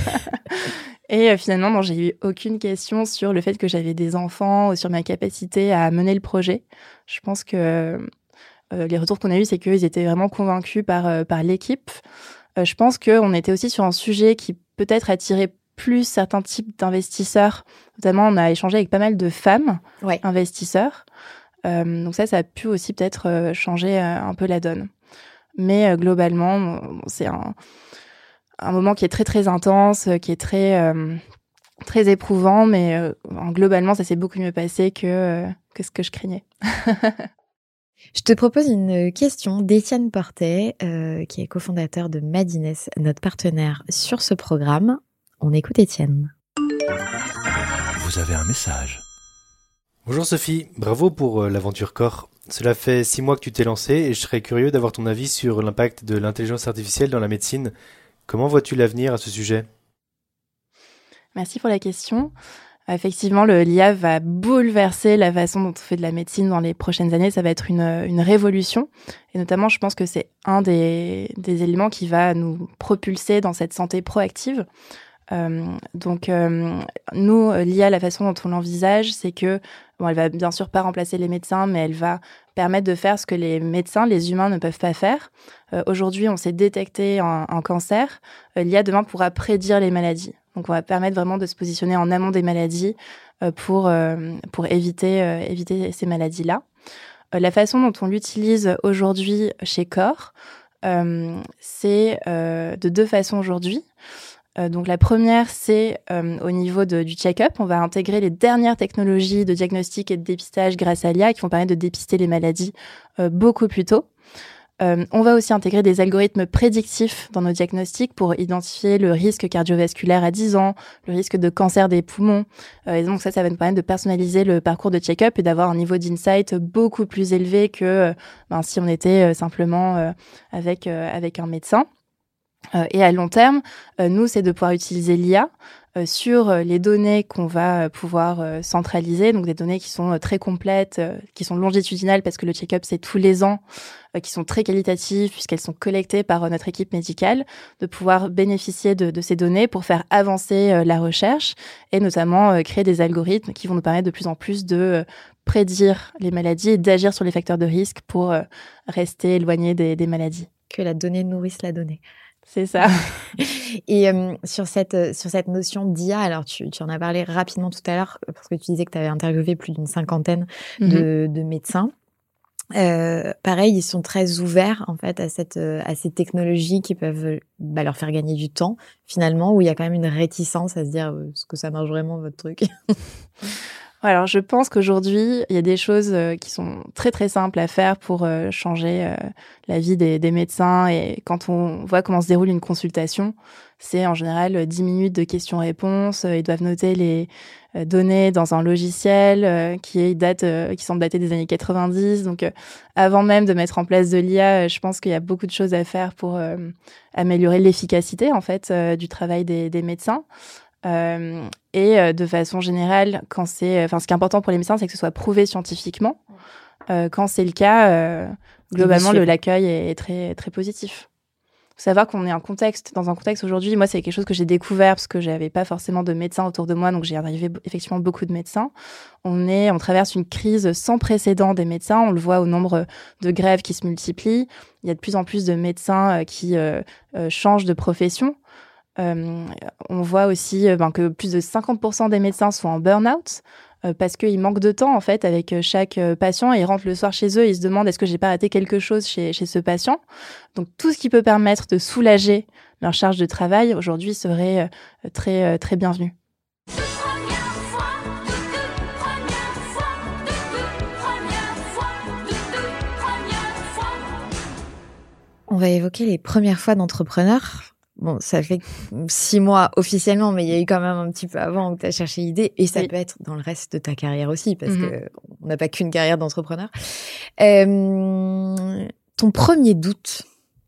Et finalement, non, j'ai eu aucune question sur le fait que j'avais des enfants ou sur ma capacité à mener le projet. Je pense que les retours qu'on a eus, c'est qu'ils étaient vraiment convaincus par l'équipe. Je pense qu'on était aussi sur un sujet qui peut-être attirait plus certains types d'investisseurs. Notamment, on a échangé avec pas mal de femmes investisseurs. Donc ça a pu aussi peut-être changer un peu la donne. Mais globalement, c'est un moment qui est très très intense, qui est très très éprouvant, mais globalement, ça s'est beaucoup mieux passé que ce que je craignais. Je te propose une question d'Étienne Portet, qui est cofondateur de Madines, notre partenaire sur ce programme. On écoute Étienne. Vous avez un message. Bonjour Sophie, bravo pour l'aventure Corps. Cela fait 6 mois que tu t'es lancée et je serais curieux d'avoir ton avis sur l'impact de l'intelligence artificielle dans la médecine. Comment vois-tu l'avenir à ce sujet ? Merci pour la question. Effectivement, l'IA va bouleverser la façon dont on fait de la médecine dans les prochaines années. Ça va être une révolution. Et notamment, je pense que c'est un des éléments qui va nous propulser dans cette santé proactive. Nous, l'IA, la façon dont on l'envisage, c'est que, elle va bien sûr pas remplacer les médecins, mais elle va permettre de faire ce que les médecins, les humains ne peuvent pas faire. Aujourd'hui, on sait détecter un cancer. L'IA, demain, pourra prédire les maladies. Donc, on va permettre vraiment de se positionner en amont des maladies pour éviter ces maladies-là. La façon dont on l'utilise aujourd'hui chez Corps, c'est de 2 façons aujourd'hui. Donc la première, c'est au niveau du check-up. On va intégrer les dernières technologies de diagnostic et de dépistage grâce à l'IA qui vont permettre de dépister les maladies beaucoup plus tôt. On va aussi intégrer des algorithmes prédictifs dans nos diagnostics pour identifier le risque cardiovasculaire à 10 ans, le risque de cancer des poumons. Et donc ça va nous permettre de personnaliser le parcours de check-up et d'avoir un niveau d'insight beaucoup plus élevé que si on était simplement avec un médecin. Et à long terme, nous, c'est de pouvoir utiliser l'IA sur les données qu'on va pouvoir centraliser, donc des données qui sont très complètes, qui sont longitudinales parce que le check-up, c'est tous les ans, qui sont très qualitatives puisqu'elles sont collectées par notre équipe médicale, de pouvoir bénéficier de ces données pour faire avancer la recherche et notamment créer des algorithmes qui vont nous permettre de plus en plus de prédire les maladies et d'agir sur les facteurs de risque pour rester éloigné des maladies. Que la donnée nourrisse la donnée. C'est ça. Et sur cette notion d'IA, alors tu en as parlé rapidement tout à l'heure parce que tu disais que tu avais interviewé plus d'une 50aine de médecins. Pareil, ils sont très ouverts en fait à ces technologies qui peuvent leur faire gagner du temps finalement, où il y a quand même une réticence à se dire est-ce que ça marche vraiment votre truc? Alors, je pense qu'aujourd'hui, il y a des choses qui sont très, très simples à faire pour changer la vie des médecins. Et quand on voit comment se déroule une consultation, c'est en général 10 minutes de questions-réponses. Ils doivent noter les données dans un logiciel qui semble dater des années 90. Donc, avant même de mettre en place de l'IA, je pense qu'il y a beaucoup de choses à faire pour améliorer l'efficacité, en fait, du travail des médecins. Et de façon générale, ce qui est important pour les médecins, c'est que ce soit prouvé scientifiquement. Quand c'est le cas, globalement, l'accueil est très, très positif. Faut savoir qu'on est dans un contexte aujourd'hui, moi, c'est quelque chose que j'ai découvert parce que j'avais pas forcément de médecins autour de moi, donc j'ai arrivé effectivement beaucoup de médecins. On traverse une crise sans précédent des médecins. On le voit au nombre de grèves qui se multiplient. Il y a de plus en plus de médecins qui changent de profession. On voit aussi que plus de 50% des médecins sont en burn-out parce qu'ils manquent de temps en fait avec chaque patient. Ils rentrent le soir chez eux, ils se demandent est-ce que j'ai pas raté quelque chose chez ce patient. Donc tout ce qui peut permettre de soulager leur charge de travail aujourd'hui serait très très bienvenu. On va évoquer les premières fois d'entrepreneur. Bon, ça fait 6 mois officiellement, mais il y a eu quand même un petit peu avant où tu as cherché l'idée. Et ça peut être dans le reste de ta carrière aussi, parce que on n'a pas qu'une carrière d'entrepreneur. Ton premier doute?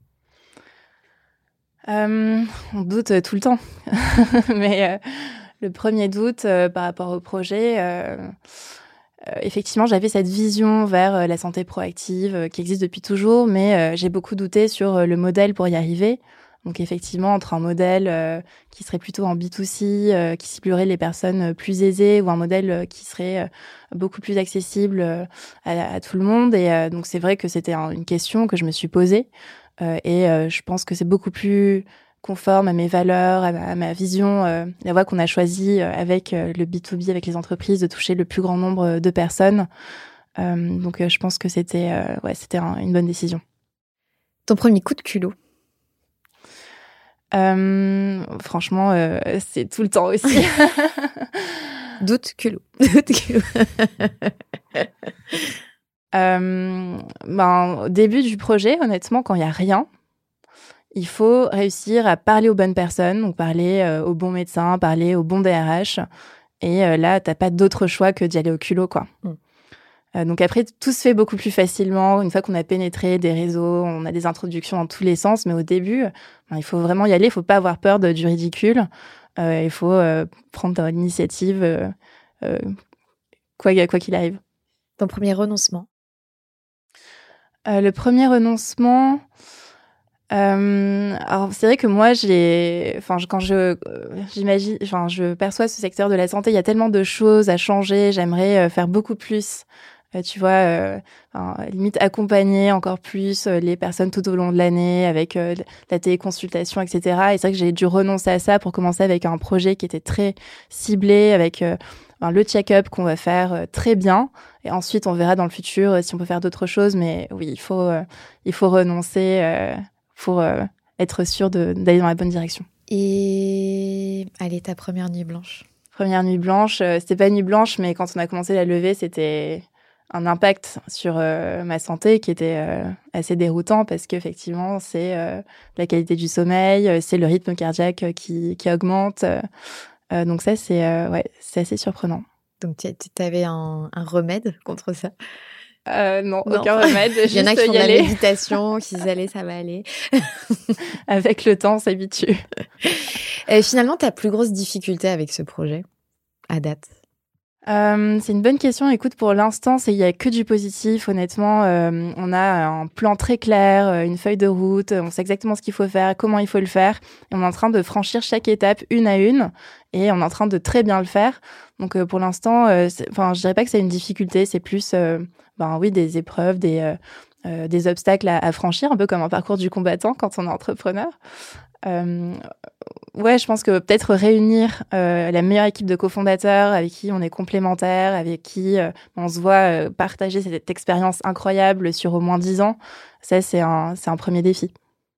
On doute tout le temps. Mais le premier doute par rapport au projet... effectivement, j'avais cette vision vers la santé proactive qui existe depuis toujours, mais j'ai beaucoup douté sur le modèle pour y arriver. Donc effectivement, entre un modèle qui serait plutôt en B2C, qui ciblerait les personnes plus aisées, ou un modèle qui serait beaucoup plus accessible à tout le monde. Et donc c'est vrai que c'était une question que je me suis posée. Et je pense que c'est beaucoup plus conforme à mes valeurs, à ma vision, la voie qu'on a choisie avec le B2B, avec les entreprises, de toucher le plus grand nombre de personnes. Donc je pense que c'était une bonne décision. Ton premier coup de culot? Franchement, c'est tout le temps aussi. Doute, culot. Au début du projet, honnêtement, quand il n'y a rien, il faut réussir à parler aux bonnes personnes, donc parler aux bons médecins, parler aux bons DRH. Et là, t'as pas d'autre choix que d'y aller au culot, quoi. Donc après, tout se fait beaucoup plus facilement. Une fois qu'on a pénétré des réseaux, on a des introductions dans tous les sens. Mais au début, il faut vraiment y aller. Il faut pas avoir peur du ridicule. Il faut prendre l'initiative, quoi qu'il arrive. Ton premier renoncement? Le premier renoncement... alors c'est vrai que moi quand je perçois ce secteur de la santé, il y a tellement de choses à changer. J'aimerais faire beaucoup plus. Tu vois, limite accompagner encore plus les personnes tout au long de l'année avec la téléconsultation, etc. Et c'est vrai que j'ai dû renoncer à ça pour commencer avec un projet qui était très ciblé, avec le check-up qu'on va faire très bien. Et ensuite, on verra dans le futur si on peut faire d'autres choses. Mais oui, il faut renoncer pour être sûr d'aller dans la bonne direction. Et allez, ta première nuit blanche? Première nuit blanche, c'était pas une nuit blanche, mais quand on a commencé la levée, c'était un impact sur ma santé qui était assez déroutant parce qu'effectivement, c'est la qualité du sommeil, c'est le rythme cardiaque qui augmente. Donc ça, c'est assez surprenant. Donc tu avais un remède contre ça? Non, aucun remède. Il y en a qui font de la méditation, qui disent allez, ça va aller. Avec le temps, on s'habitue. Finalement, ta plus grosse difficulté avec ce projet, à date? C'est une bonne question. Écoute, pour l'instant, il y a que du positif. Honnêtement, on a un plan très clair, une feuille de route. On sait exactement ce qu'il faut faire, comment il faut le faire. Et on est en train de franchir chaque étape une à une. Et on est en train de très bien le faire. Donc, pour l'instant, je dirais pas que c'est une difficulté. C'est plus, des épreuves, des obstacles à franchir, un peu comme un parcours du combattant quand on est entrepreneur. Je pense que peut-être réunir la meilleure équipe de cofondateurs avec qui on est complémentaires, avec qui on se voit partager cette expérience incroyable sur au moins 10 ans, ça c'est un premier défi.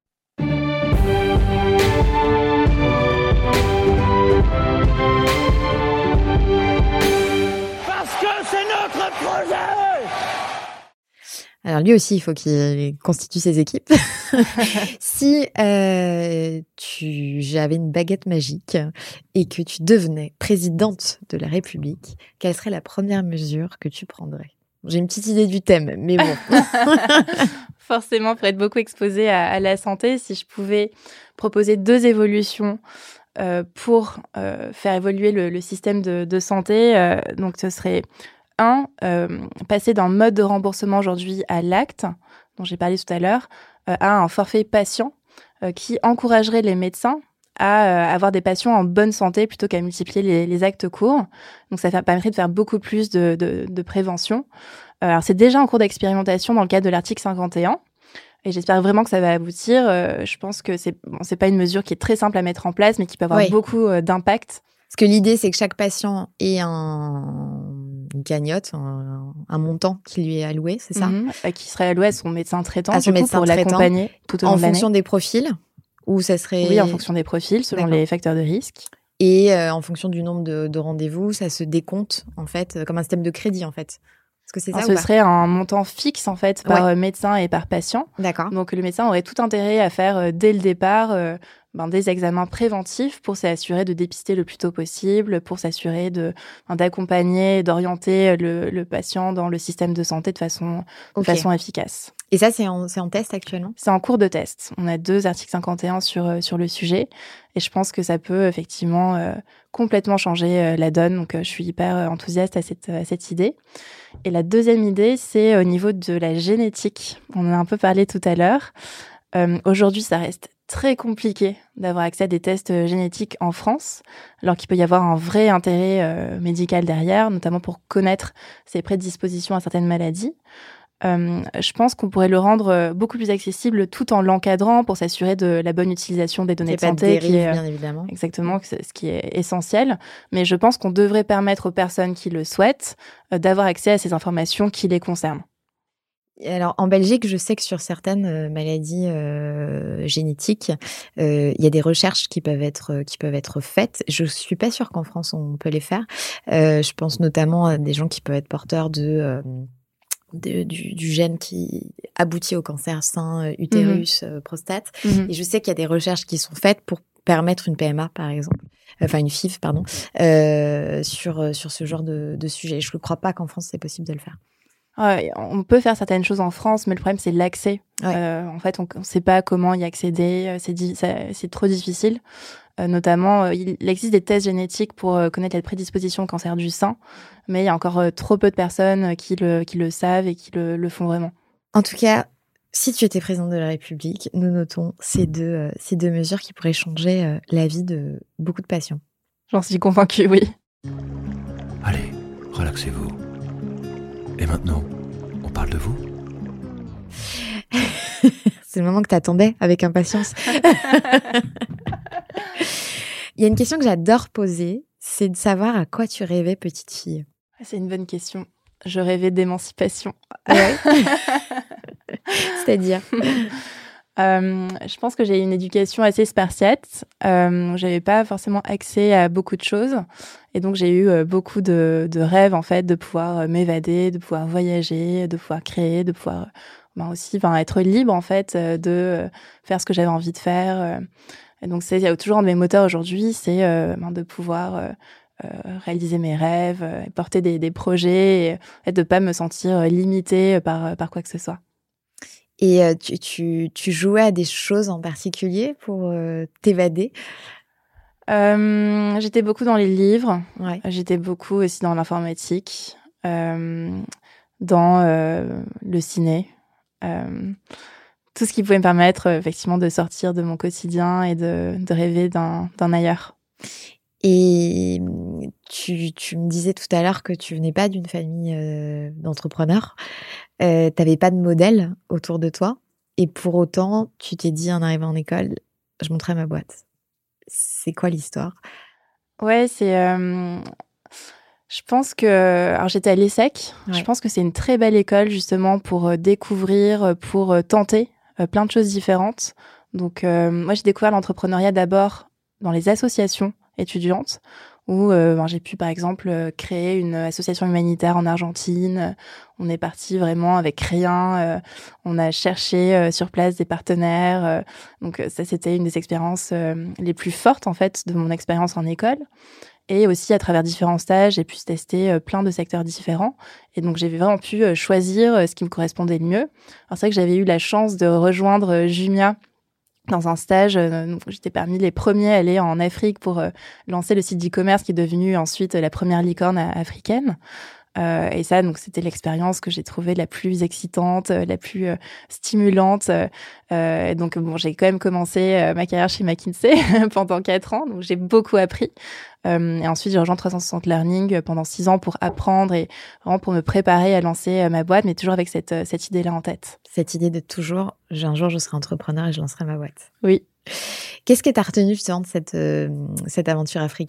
Parce que c'est notre projet! Alors lui aussi, il faut qu'il constitue ses équipes. Si j'avais une baguette magique et que tu devenais présidente de la République, quelle serait la première mesure que tu prendrais? J'ai une petite idée du thème, mais bon. Forcément, pour être beaucoup exposée à la santé, si je pouvais proposer 2 évolutions pour faire évoluer le système de santé, donc ce serait... passer d'un mode de remboursement aujourd'hui à l'acte, dont j'ai parlé tout à l'heure, à un forfait patient qui encouragerait les médecins à avoir des patients en bonne santé plutôt qu'à multiplier les actes courts. Donc ça permettrait de faire beaucoup plus de prévention. Alors c'est déjà en cours d'expérimentation dans le cadre de l'article 51. Et j'espère vraiment que ça va aboutir. Je pense que c'est pas une mesure qui est très simple à mettre en place, mais qui peut avoir beaucoup d'impact. Parce que l'idée, c'est que chaque patient ait une cagnotte, un montant qui lui est alloué, c'est ça? Qui serait alloué à son médecin traitant, pour l'accompagner tout au long de l'année. En fonction des profils? Ou ça serait... Oui, en fonction des profils, selon les facteurs de risque. Et en fonction du nombre de rendez-vous, ça se décompte, en fait, comme un système de crédit, en fait. Est-ce que c'est ça? Ce serait un montant fixe, en fait, par médecin et par patient. D'accord. Donc, le médecin aurait tout intérêt à faire, dès le départ, des examens préventifs pour s'assurer de dépister le plus tôt possible, pour s'assurer d'accompagner, d'orienter le patient dans le système de santé de façon efficace. Et ça, c'est en test actuellement? C'est en cours de test. On a 2 articles 51 sur le sujet. Et je pense que ça peut effectivement complètement changer la donne. Donc, je suis hyper enthousiaste à cette idée. Et la deuxième idée, c'est au niveau de la génétique. On en a un peu parlé tout à l'heure. Aujourd'hui, ça reste très compliqué d'avoir accès à des tests génétiques en France, alors qu'il peut y avoir un vrai intérêt médical derrière, notamment pour connaître ses prédispositions à certaines maladies. Je pense qu'on pourrait le rendre beaucoup plus accessible tout en l'encadrant pour s'assurer de la bonne utilisation des données de santé. Bien évidemment. Exactement, ce qui est essentiel. Mais je pense qu'on devrait permettre aux personnes qui le souhaitent d'avoir accès à ces informations qui les concernent. Alors, en Belgique, je sais que sur certaines maladies génétiques, il y a des recherches qui peuvent être faites. Je suis pas sûre qu'en France on peut les faire. Je pense notamment à des gens qui peuvent être porteurs du gène qui aboutit au cancer sein, utérus, prostate. Et je sais qu'il y a des recherches qui sont faites pour permettre une PMA, par exemple. Enfin, une FIV, pardon, sur ce genre de sujet. Je ne crois pas qu'en France, c'est possible de le faire. Ouais, on peut faire certaines choses en France, mais le problème, c'est l'accès. Ouais. En fait, on ne sait pas comment y accéder. C'est trop difficile. Notamment, il existe des tests génétiques pour connaître la prédisposition au cancer du sein, mais il y a encore trop peu de personnes qui le savent et qui le font vraiment. En tout cas, si tu étais président de la République, nous notons ces deux mesures qui pourraient changer la vie de beaucoup de patients. J'en suis convaincue, oui. Allez, relaxez-vous. Et maintenant, on parle de vous ? C'est le moment que t'attendais avec impatience. Il y a une question que j'adore poser, c'est de savoir à quoi tu rêvais petite fille. C'est une bonne question. Je rêvais d'émancipation. Ouais. C'est-à-dire je pense que j'ai eu une éducation assez spartiate. J'avais pas forcément accès à beaucoup de choses. Et donc, j'ai eu beaucoup de rêves, en fait, de pouvoir m'évader, de pouvoir voyager, de pouvoir créer, de pouvoir aussi être libre, en fait, de faire ce que j'avais envie de faire. Et donc, c'est toujours un de mes moteurs aujourd'hui, c'est de pouvoir réaliser mes rêves, porter des projets, et de pas me sentir limitée par quoi que ce soit. Et tu jouais à des choses en particulier pour t'évader? J'étais beaucoup dans les livres. Ouais. J'étais beaucoup aussi dans l'informatique, dans le ciné. Tout ce qui pouvait me permettre effectivement de sortir de mon quotidien et de rêver d'un ailleurs. Et tu me disais tout à l'heure que tu venais pas d'une famille d'entrepreneurs. T'avais pas de modèle autour de toi. Et pour autant, tu t'es dit en arrivant en école, je monterai ma boîte. C'est quoi l'histoire? Ouais, c'est... je pense que... Alors, j'étais à l'ESSEC. Ouais. Je pense que c'est une très belle école, justement, pour découvrir, pour tenter plein de choses différentes. Donc, moi, j'ai découvert l'entrepreneuriat d'abord dans les associations étudiantes, où j'ai pu, par exemple, créer une association humanitaire en Argentine. On est parti vraiment avec rien. On a cherché sur place des partenaires. Donc, ça, c'était une des expériences les plus fortes, en fait, de mon expérience en école. Et aussi, à travers différents stages, j'ai pu tester plein de secteurs différents. Et donc, j'ai vraiment pu choisir ce qui me correspondait le mieux. Alors, c'est vrai que j'avais eu la chance de rejoindre Jumia dans un stage. Donc, j'étais parmi les premiers à aller en Afrique pour lancer le site d'e-commerce qui est devenu ensuite la première licorne africaine. Et ça, donc, c'était l'expérience que j'ai trouvée la plus excitante, la plus stimulante. Donc, j'ai quand même commencé ma carrière chez McKinsey pendant 4 ans. Donc, j'ai beaucoup appris. Et ensuite, j'ai rejoint 360 Learning pendant 6 ans pour apprendre et vraiment pour me préparer à lancer ma boîte, mais toujours avec cette idée-là en tête. Cette idée de toujours, un jour, je serai entrepreneur et je lancerai ma boîte. Oui. Qu'est-ce que tu as retenu justement de cette aventure africaine ?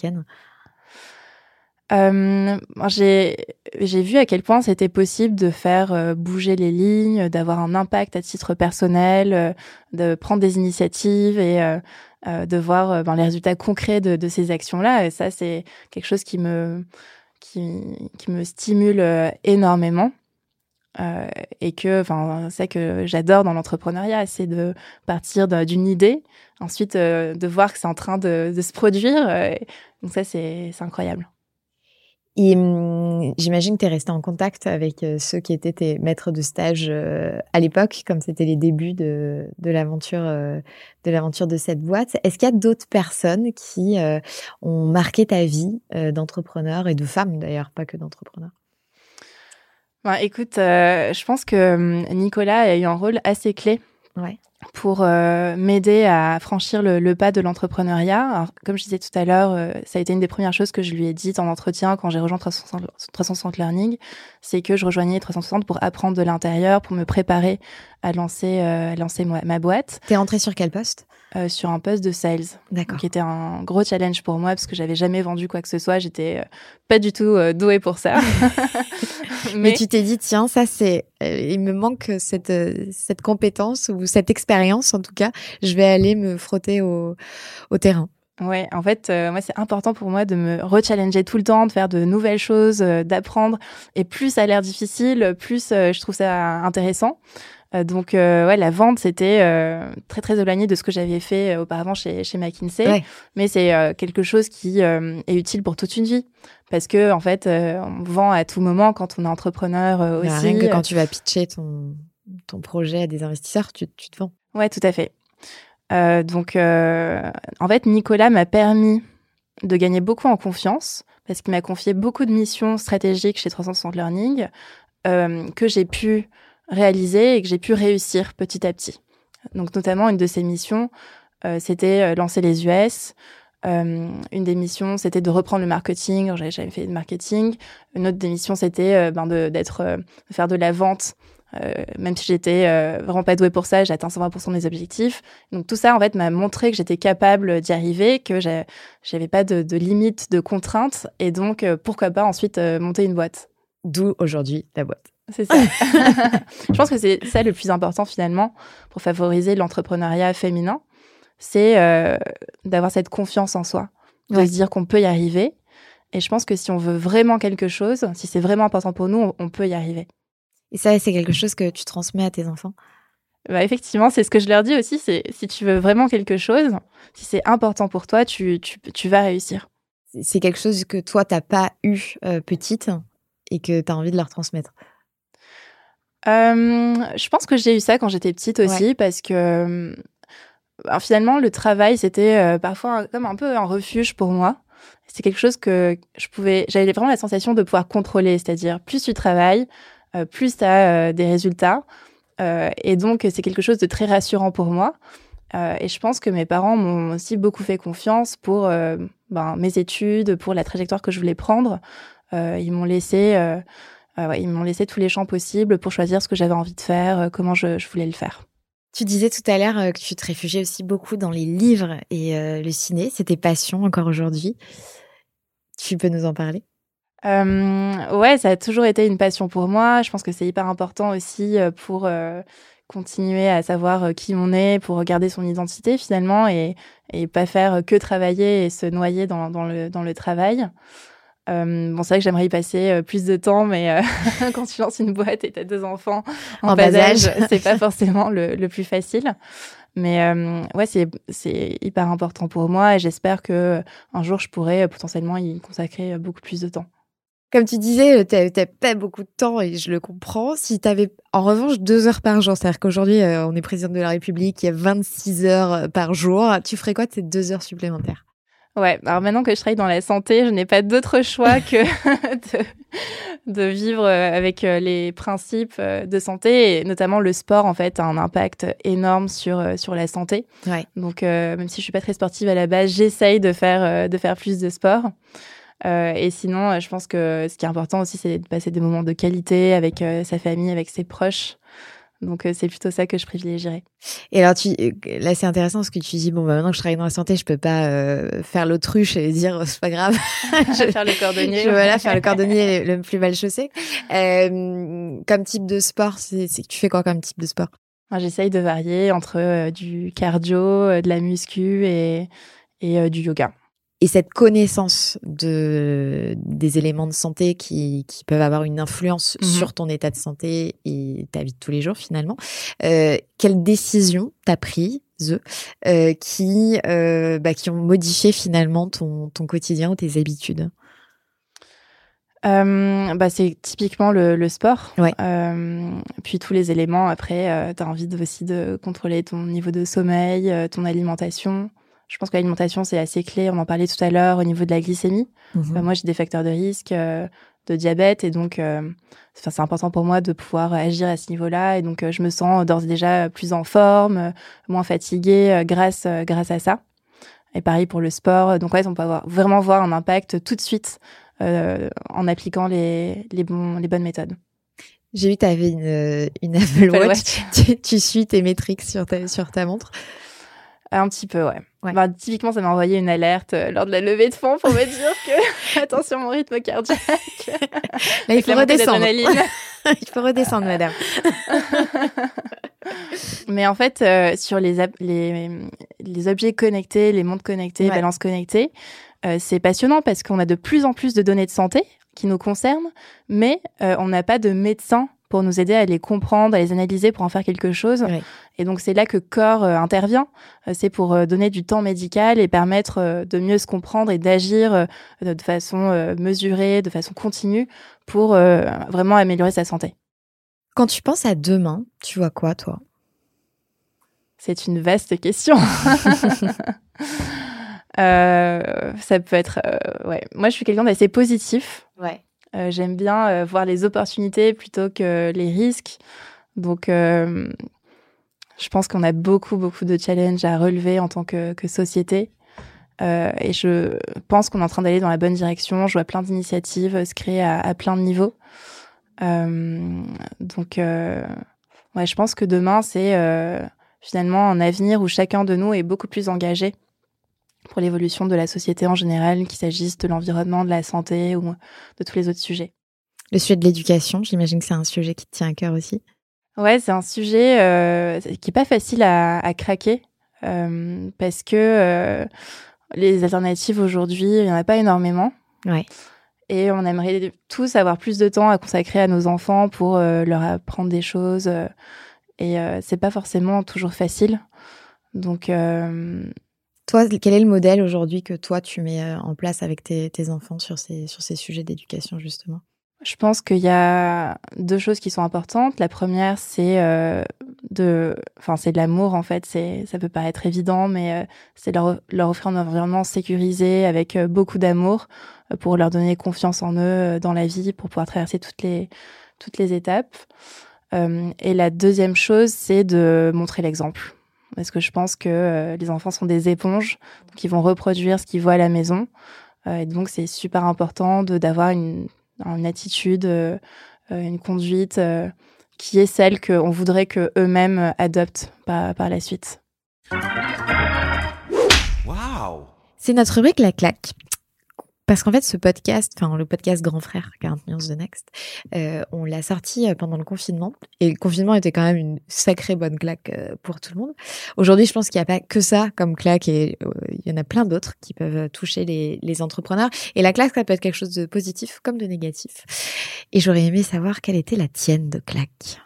J'ai vu à quel point c'était possible de faire bouger les lignes, d'avoir un impact à titre personnel, de prendre des initiatives et de voir les résultats concrets de ces actions-là. Et ça, c'est quelque chose qui me stimule énormément. Et que, c'est que j'adore dans l'entrepreneuriat, c'est de partir d'une idée, ensuite de voir que c'est en train de se produire. Donc ça, c'est incroyable. Et j'imagine que tu es resté en contact avec ceux qui étaient tes maîtres de stage à l'époque, comme c'était les débuts de l'aventure de cette boîte. Est-ce qu'il y a d'autres personnes qui ont marqué ta vie d'entrepreneur et de femme d'ailleurs, pas que d'entrepreneur? Écoute, je pense que Nicolas a eu un rôle assez clé. Ouais. Pour m'aider à franchir le pas de l'entrepreneuriat. Alors, comme je disais tout à l'heure, ça a été une des premières choses que je lui ai dites en entretien quand j'ai rejoint 360 Learning, c'est que je rejoignais 360 pour apprendre de l'intérieur, pour me préparer à lancer ma boîte. T'es rentrée sur quel poste ? Sur un poste de sales. D'accord. Qui était un gros challenge pour moi parce que j'avais jamais vendu quoi que ce soit. J'étais pas du tout douée pour ça. Mais tu t'es dit, tiens, ça c'est, il me manque cette compétence ou cette expérience en tout cas. Je vais aller me frotter au terrain. Ouais, en fait, moi, c'est important pour moi de me rechallenger tout le temps, de faire de nouvelles choses, d'apprendre. Et plus ça a l'air difficile, plus je trouve ça intéressant. Donc, la vente, c'était très, très éloigné de ce que j'avais fait auparavant chez McKinsey. Ouais. Mais c'est quelque chose qui est utile pour toute une vie. Parce que, en fait, on vend à tout moment quand on est entrepreneur aussi. Rien que quand tu vas pitcher ton projet à des investisseurs, tu te vends. Ouais, tout à fait. En fait, Nicolas m'a permis de gagner beaucoup en confiance parce qu'il m'a confié beaucoup de missions stratégiques chez 360 Learning que j'ai pu réaliser et que j'ai pu réussir petit à petit. Donc, notamment, une de ces missions, c'était lancer les US. Une des missions, c'était de reprendre le marketing. J'avais fait du marketing. Une autre des missions, c'était de faire de la vente. Même si j'étais vraiment pas douée pour ça, j'ai atteint 120% de mes objectifs. Donc tout ça, en fait, m'a montré que j'étais capable d'y arriver, que j'avais pas de limites, de contraintes. Et donc, pourquoi pas ensuite monter une boîte. D'où aujourd'hui la boîte. C'est ça. Je pense que c'est ça le plus important finalement pour favoriser l'entrepreneuriat féminin. C'est d'avoir cette confiance en soi, de se dire qu'on peut y arriver. Et je pense que si on veut vraiment quelque chose, si c'est vraiment important pour nous, on peut y arriver. Et ça, c'est quelque chose que tu transmets à tes enfants ? Bah, effectivement, c'est ce que je leur dis aussi, c'est si tu veux vraiment quelque chose, si c'est important pour toi, tu vas réussir. C'est quelque chose que toi, t'as pas eu petite et que t'as envie de leur transmettre. Je pense que j'ai eu ça quand j'étais petite aussi, parce que alors finalement, le travail, c'était parfois comme un peu un refuge pour moi. C'est quelque chose que j'avais vraiment la sensation de pouvoir contrôler, c'est-à-dire plus tu travailles, plus tu as des résultats. Et donc, c'est quelque chose de très rassurant pour moi. Et je pense que mes parents m'ont aussi beaucoup fait confiance pour mes études, pour la trajectoire que je voulais prendre. Ils m'ont laissé tous les champs possibles pour choisir ce que j'avais envie de faire, comment je voulais le faire. Tu disais tout à l'heure que tu te réfugiais aussi beaucoup dans les livres et le ciné. C'est tes passions encore aujourd'hui. Tu peux nous en parler ? Ouais, ça a toujours été une passion pour moi. Je pense que c'est hyper important aussi pour continuer à savoir qui on est, pour garder son identité finalement et pas faire que travailler et se noyer dans le travail. C'est vrai que j'aimerais y passer plus de temps, mais quand tu lances une boîte et t'as 2 enfants en bas âge, c'est pas forcément le plus facile. Mais c'est hyper important pour moi et j'espère que un jour je pourrai potentiellement y consacrer beaucoup plus de temps. Comme tu disais, t'as pas beaucoup de temps et je le comprends. Si t'avais en revanche 2 heures par jour, c'est-à-dire qu'aujourd'hui on est président de la République, il y a 26 heures par jour, tu ferais quoi de ces 2 heures supplémentaires ? Ouais, alors maintenant que je travaille dans la santé, je n'ai pas d'autre choix que de vivre avec les principes de santé et notamment le sport en fait a un impact énorme sur la santé. Ouais. Donc même si je suis pas très sportive à la base, j'essaye de faire plus de sport. Et sinon, je pense que ce qui est important aussi, c'est de passer des moments de qualité avec sa famille, avec ses proches. Donc, c'est plutôt ça que je privilégierais. Et alors, là, c'est intéressant parce que tu dis, maintenant que je travaille dans la santé, je peux pas faire l'autruche et dire, c'est pas grave. Je vais faire le cordonnier. Faire le cordonnier le plus mal chaussé. Comme type de sport, tu fais quoi comme type de sport ? J'essaye de varier entre du cardio, de la muscu et du yoga. Et cette connaissance des éléments de santé qui peuvent avoir une influence sur ton état de santé et ta vie de tous les jours finalement, quelles décisions t'as prises qui ont modifié finalement ton quotidien ou tes habitudes ? C'est typiquement le sport. Ouais. Puis tous les éléments. Après, t'as envie aussi de contrôler ton niveau de sommeil, ton alimentation. Je pense que l'alimentation, c'est assez clé. On en parlait tout à l'heure au niveau de la glycémie. Moi, j'ai des facteurs de risque de diabète et donc c'est important pour moi de pouvoir agir à ce niveau-là. Et donc, je me sens d'ores et déjà plus en forme, moins fatiguée grâce à ça. Et pareil pour le sport. Donc, on peut vraiment voir un impact tout de suite en appliquant les bonnes méthodes. J'ai vu que tu avais une Apple Watch. Tu suis tes métriques sur ta montre. Un petit peu, ouais. Bah, typiquement, ça m'a envoyé une alerte lors de la levée de fonds pour me dire que, attention, mon rythme cardiaque. Là, il faut redescendre. Il faut redescendre, madame. Mais en fait, sur les objets connectés, les montres connectées, balances connectées, c'est passionnant parce qu'on a de plus en plus de données de santé qui nous concernent, mais on n'a pas de médecin pour nous aider à les comprendre, à les analyser pour en faire quelque chose. Oui. Et donc, c'est là que Core intervient. C'est pour donner du temps médical et permettre de mieux se comprendre et d'agir de façon mesurée, de façon continue pour vraiment améliorer sa santé. Quand tu penses à demain, tu vois quoi, toi ? C'est une vaste question. Ça peut être... Moi, je suis quelqu'un d'assez positif. Ouais. J'aime bien voir les opportunités plutôt que les risques. Donc, je pense qu'on a beaucoup de challenges à relever en tant que société. Et je pense qu'on est en train d'aller dans la bonne direction. Je vois plein d'initiatives se créer à plein de niveaux. Donc, je pense que demain, c'est finalement un avenir où chacun de nous est beaucoup plus engagé pour l'évolution de la société en général, qu'il s'agisse de l'environnement, de la santé ou de tous les autres sujets. Le sujet de l'éducation, j'imagine que c'est un sujet qui te tient à cœur aussi. Ouais, c'est un sujet qui est pas facile à craquer parce que les alternatives aujourd'hui, il y en a pas énormément. Ouais. Et on aimerait tous avoir plus de temps à consacrer à nos enfants pour leur apprendre des choses. Et c'est pas forcément toujours facile. Donc toi, quel est le modèle aujourd'hui que toi, tu mets en place avec tes enfants sur ces sujets d'éducation, justement ? Je pense qu'il y a deux choses qui sont importantes. La première, c'est de l'amour, en fait. Ça peut paraître évident, mais c'est leur offrir un environnement sécurisé avec beaucoup d'amour pour leur donner confiance en eux dans la vie, pour pouvoir traverser toutes les étapes. Et la deuxième chose, c'est de montrer l'exemple. Parce que je pense que les enfants sont des éponges, donc ils vont reproduire ce qu'ils voient à la maison. Et donc, c'est super important d'avoir une attitude, une conduite qui est celle qu'on voudrait qu'eux-mêmes adoptent par la suite. Wow. C'est notre rubrique La Claque. Parce qu'en fait, ce podcast, le podcast Grand Frère, 40 Nuances de Next, on l'a sorti pendant le confinement. Et le confinement était quand même une sacrée bonne claque pour tout le monde. Aujourd'hui, je pense qu'il n'y a pas que ça comme claque et il y en a plein d'autres qui peuvent toucher les entrepreneurs. Et la claque, ça peut être quelque chose de positif comme de négatif. Et j'aurais aimé savoir quelle était la tienne de claque.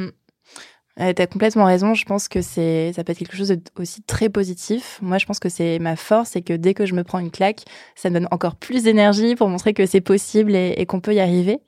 T'as complètement raison. Je pense que ça peut être quelque chose de aussi très positif. Moi, je pense que c'est ma force, c'est que dès que je me prends une claque, ça me donne encore plus d'énergie pour montrer que c'est possible et qu'on peut y arriver.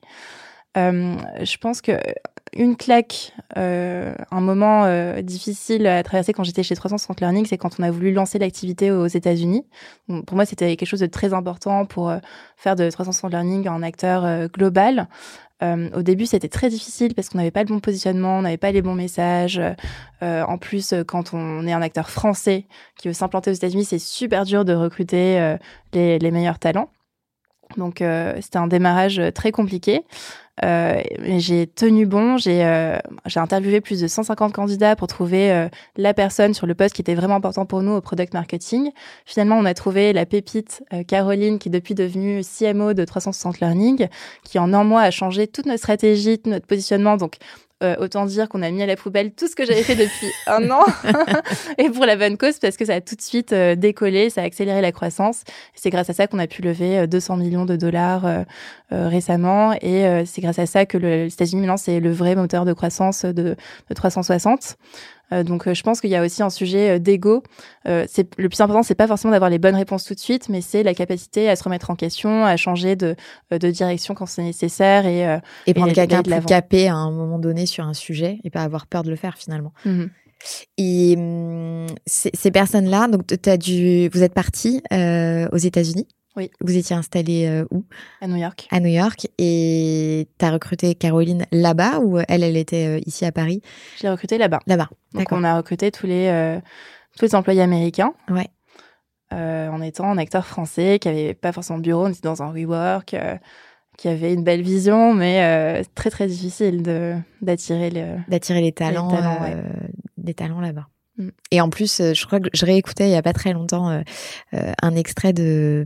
Je pense que une claque, un moment difficile à traverser quand j'étais chez 360 Learning, c'est quand on a voulu lancer l'activité aux États-Unis. Donc, pour moi, c'était quelque chose de très important pour faire de 360 Learning un acteur global. Au début, c'était très difficile parce qu'on n'avait pas le bon positionnement, on n'avait pas les bons messages. En plus, quand on est un acteur français qui veut s'implanter aux États-Unis, c'est super dur de recruter les meilleurs talents. Donc, c'était un démarrage très compliqué. Mais j'ai tenu bon, j'ai interviewé plus de 150 candidats pour trouver la personne sur le poste qui était vraiment important pour nous au product marketing. Finalement, on a trouvé la pépite Caroline, qui est depuis devenue CMO de 360 Learning, qui en un mois a changé toute notre stratégie, tout notre positionnement. Donc, autant dire qu'on a mis à la poubelle tout ce que j'avais fait depuis un an et pour la bonne cause, parce que ça a tout de suite décollé, ça a accéléré la croissance. C'est grâce à ça qu'on a pu lever 200 millions de dollars récemment et c'est grâce à ça que les États-Unis maintenant c'est le vrai moteur de croissance de 360. Donc je pense qu'il y a aussi un sujet d'ego. Le plus important, c'est pas forcément d'avoir les bonnes réponses tout de suite, mais c'est la capacité à se remettre en question, à changer de direction quand c'est nécessaire et prendre quelqu'un plus capé à un moment donné sur un sujet et pas avoir peur de le faire finalement. Mm-hmm. Et ces personnes-là, donc vous êtes partis aux États-Unis. Oui. Vous étiez installé où ? À New York. À New York. Et t'as recruté Caroline là-bas ou elle était ici à Paris ? Je l'ai recrutée là-bas. Là-bas. Donc d'accord. On a recruté tous les employés américains. Ouais. En étant un acteur français qui avait pas forcément de bureau, on était dans un WeWork, qui avait une belle vision, mais très très difficile d'attirer les talents, des talents là-bas. Mm. Et en plus, je crois que je réécoutais il y a pas très longtemps un extrait de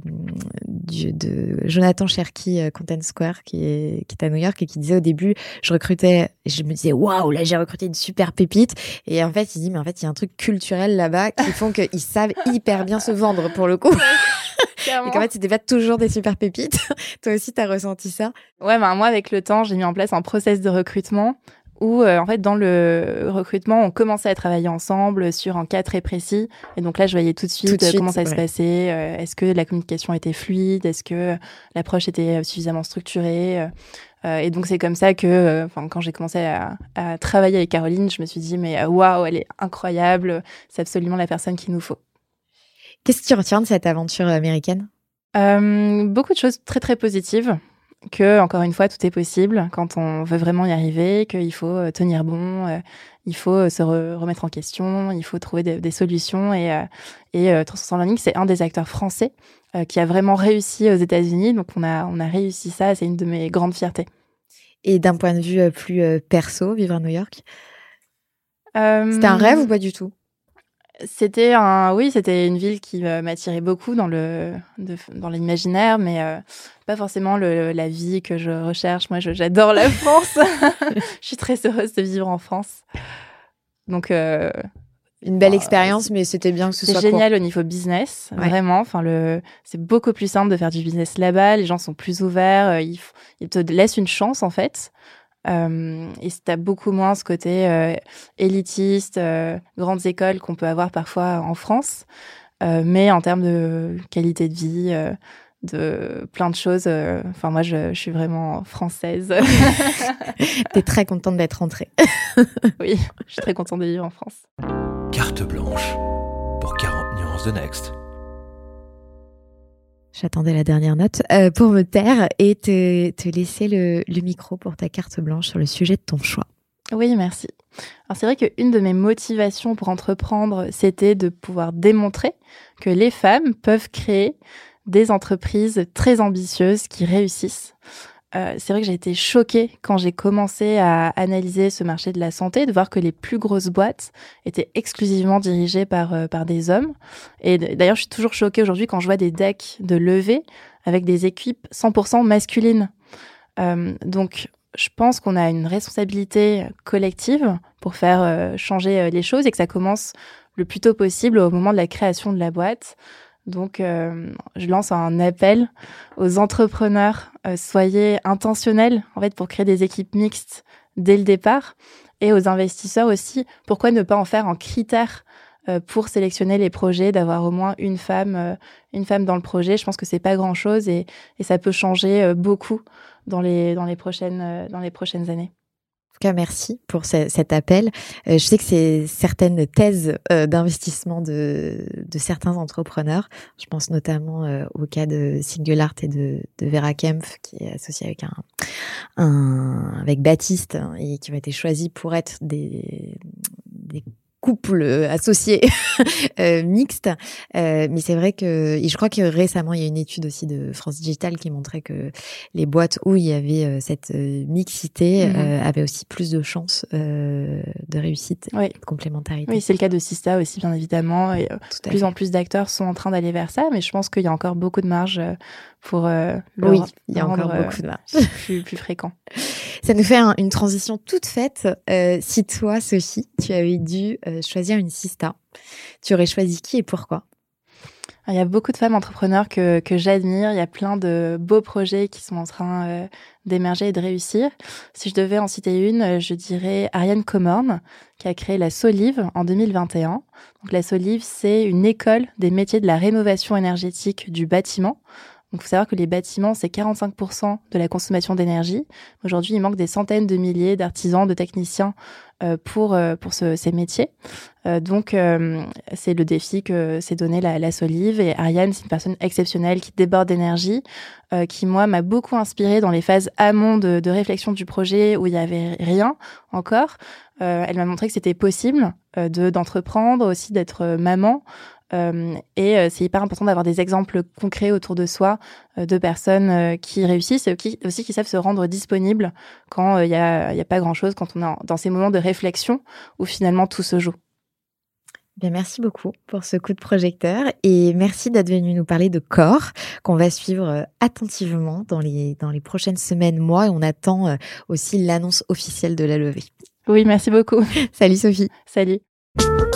Jonathan Cherki, Content Square, qui est à New York, et qui disait au début, je recrutais, et je me disais waouh, là j'ai recruté une super pépite, et en fait il dit mais en fait il y a un truc culturel là-bas qui font qu'ils savent hyper bien se vendre pour le coup. Et qu'en fait, c'était pas toujours des super pépites. Toi aussi, t'as ressenti ça? Ouais, moi, avec le temps, j'ai mis en place un process de recrutement où, en fait, dans le recrutement, on commençait à travailler ensemble sur un cas très précis. Et donc là, je voyais tout de suite comment ça se passait. Est-ce que la communication était fluide? Est-ce que l'approche était suffisamment structurée? Et donc, c'est comme ça que, quand j'ai commencé à travailler avec Caroline, je me suis dit, mais waouh, elle est incroyable. C'est absolument la personne qu'il nous faut. Qu'est-ce que tu retiens de cette aventure américaine? Beaucoup de choses très très positives, que encore une fois tout est possible quand on veut vraiment y arriver, qu'il faut tenir bon, il faut se remettre en question, il faut trouver des solutions, et 360 Learning, c'est un des acteurs français qui a vraiment réussi aux États-Unis, donc on a réussi ça, c'est une de mes grandes fiertés. Et d'un point de vue plus perso, vivre à New York, c'était un rêve ou pas du tout? C'était une ville qui m'attirait beaucoup dans l'imaginaire, mais pas forcément la vie que je recherche. Moi, j'adore la France. Je suis très heureuse de vivre en France. Donc, une belle expérience, mais c'était bien que ce soit court. C'est génial au niveau business, vraiment. Enfin, c'est beaucoup plus simple de faire du business là-bas. Les gens sont plus ouverts. Ils te laissent une chance, en fait. Et t'as beaucoup moins ce côté élitiste, grandes écoles qu'on peut avoir parfois en France, mais en termes de qualité de vie, de plein de choses, moi je suis vraiment française. T'es très contente d'être rentrée. Oui, je suis très contente de vivre en France. Carte blanche pour 40 nuances de Next. J'attendais la dernière note pour me taire et te laisser le micro pour ta carte blanche sur le sujet de ton choix. Oui, merci. Alors c'est vrai qu'une de mes motivations pour entreprendre, c'était de pouvoir démontrer que les femmes peuvent créer des entreprises très ambitieuses qui réussissent. C'est vrai que j'ai été choquée quand j'ai commencé à analyser ce marché de la santé, de voir que les plus grosses boîtes étaient exclusivement dirigées par des hommes. Et d'ailleurs, je suis toujours choquée aujourd'hui quand je vois des decks de levée avec des équipes 100% masculines. Donc, je pense qu'on a une responsabilité collective pour faire changer les choses, et que ça commence le plus tôt possible au moment de la création de la boîte. Donc, je lance un appel aux entrepreneurs. Soyez intentionnels, en fait, pour créer des équipes mixtes dès le départ. Et aux investisseurs aussi, pourquoi ne pas en faire un critère pour sélectionner les projets, d'avoir au moins une femme dans le projet. Je pense que c'est pas grand-chose, et ça peut changer beaucoup dans les prochaines années. En tout cas, merci pour cet appel. Je sais que c'est certaines thèses d'investissement de certains entrepreneurs. Je pense notamment au cas de Singular et de Vera Kempf, qui est associé avec avec Baptiste, et qui ont été choisis pour être des couples associés mixtes. Mais c'est vrai que, et je crois que récemment, il y a une étude aussi de France Digital qui montrait que les boîtes où il y avait cette mixité avaient aussi plus de chances de réussite, de complémentarité. Oui, c'est le cas de Sista aussi, bien évidemment. Et de plus en plus d'acteurs sont en train d'aller vers ça, mais je pense qu'il y a encore beaucoup de marge pour il y a encore beaucoup de marge. plus fréquent. Ça nous fait une transition toute faite. Si toi, Sophie, tu avais dû choisir une sista, tu aurais choisi qui et pourquoi? Il y a beaucoup de femmes entrepreneurs que j'admire. Il y a plein de beaux projets qui sont en train d'émerger et de réussir. Si je devais en citer une, je dirais Ariane Comorn, qui a créé la Solive en 2021. Donc la Solive, c'est une école des métiers de la rénovation énergétique du bâtiment. Donc, il faut savoir que les bâtiments, c'est 45% de la consommation d'énergie. Aujourd'hui, il manque des centaines de milliers d'artisans, de techniciens pour ces métiers. Donc, c'est le défi que s'est donné la Solive. Et Ariane, c'est une personne exceptionnelle qui déborde d'énergie, qui, moi, m'a beaucoup inspirée dans les phases amont de réflexion du projet où il n'y avait rien encore. Elle m'a montré que c'était possible d'entreprendre, aussi d'être maman. Et c'est hyper important d'avoir des exemples concrets autour de soi de personnes qui réussissent et aussi qui savent se rendre disponibles quand il y a pas grand-chose, quand on est dans ces moments de réflexion où finalement tout se joue. Bien, merci beaucoup pour ce coup de projecteur et merci d'être venu nous parler de corps qu'on va suivre attentivement dans les prochaines semaines, mois, et on attend aussi l'annonce officielle de la levée. Oui, merci beaucoup. Salut Sophie. Salut.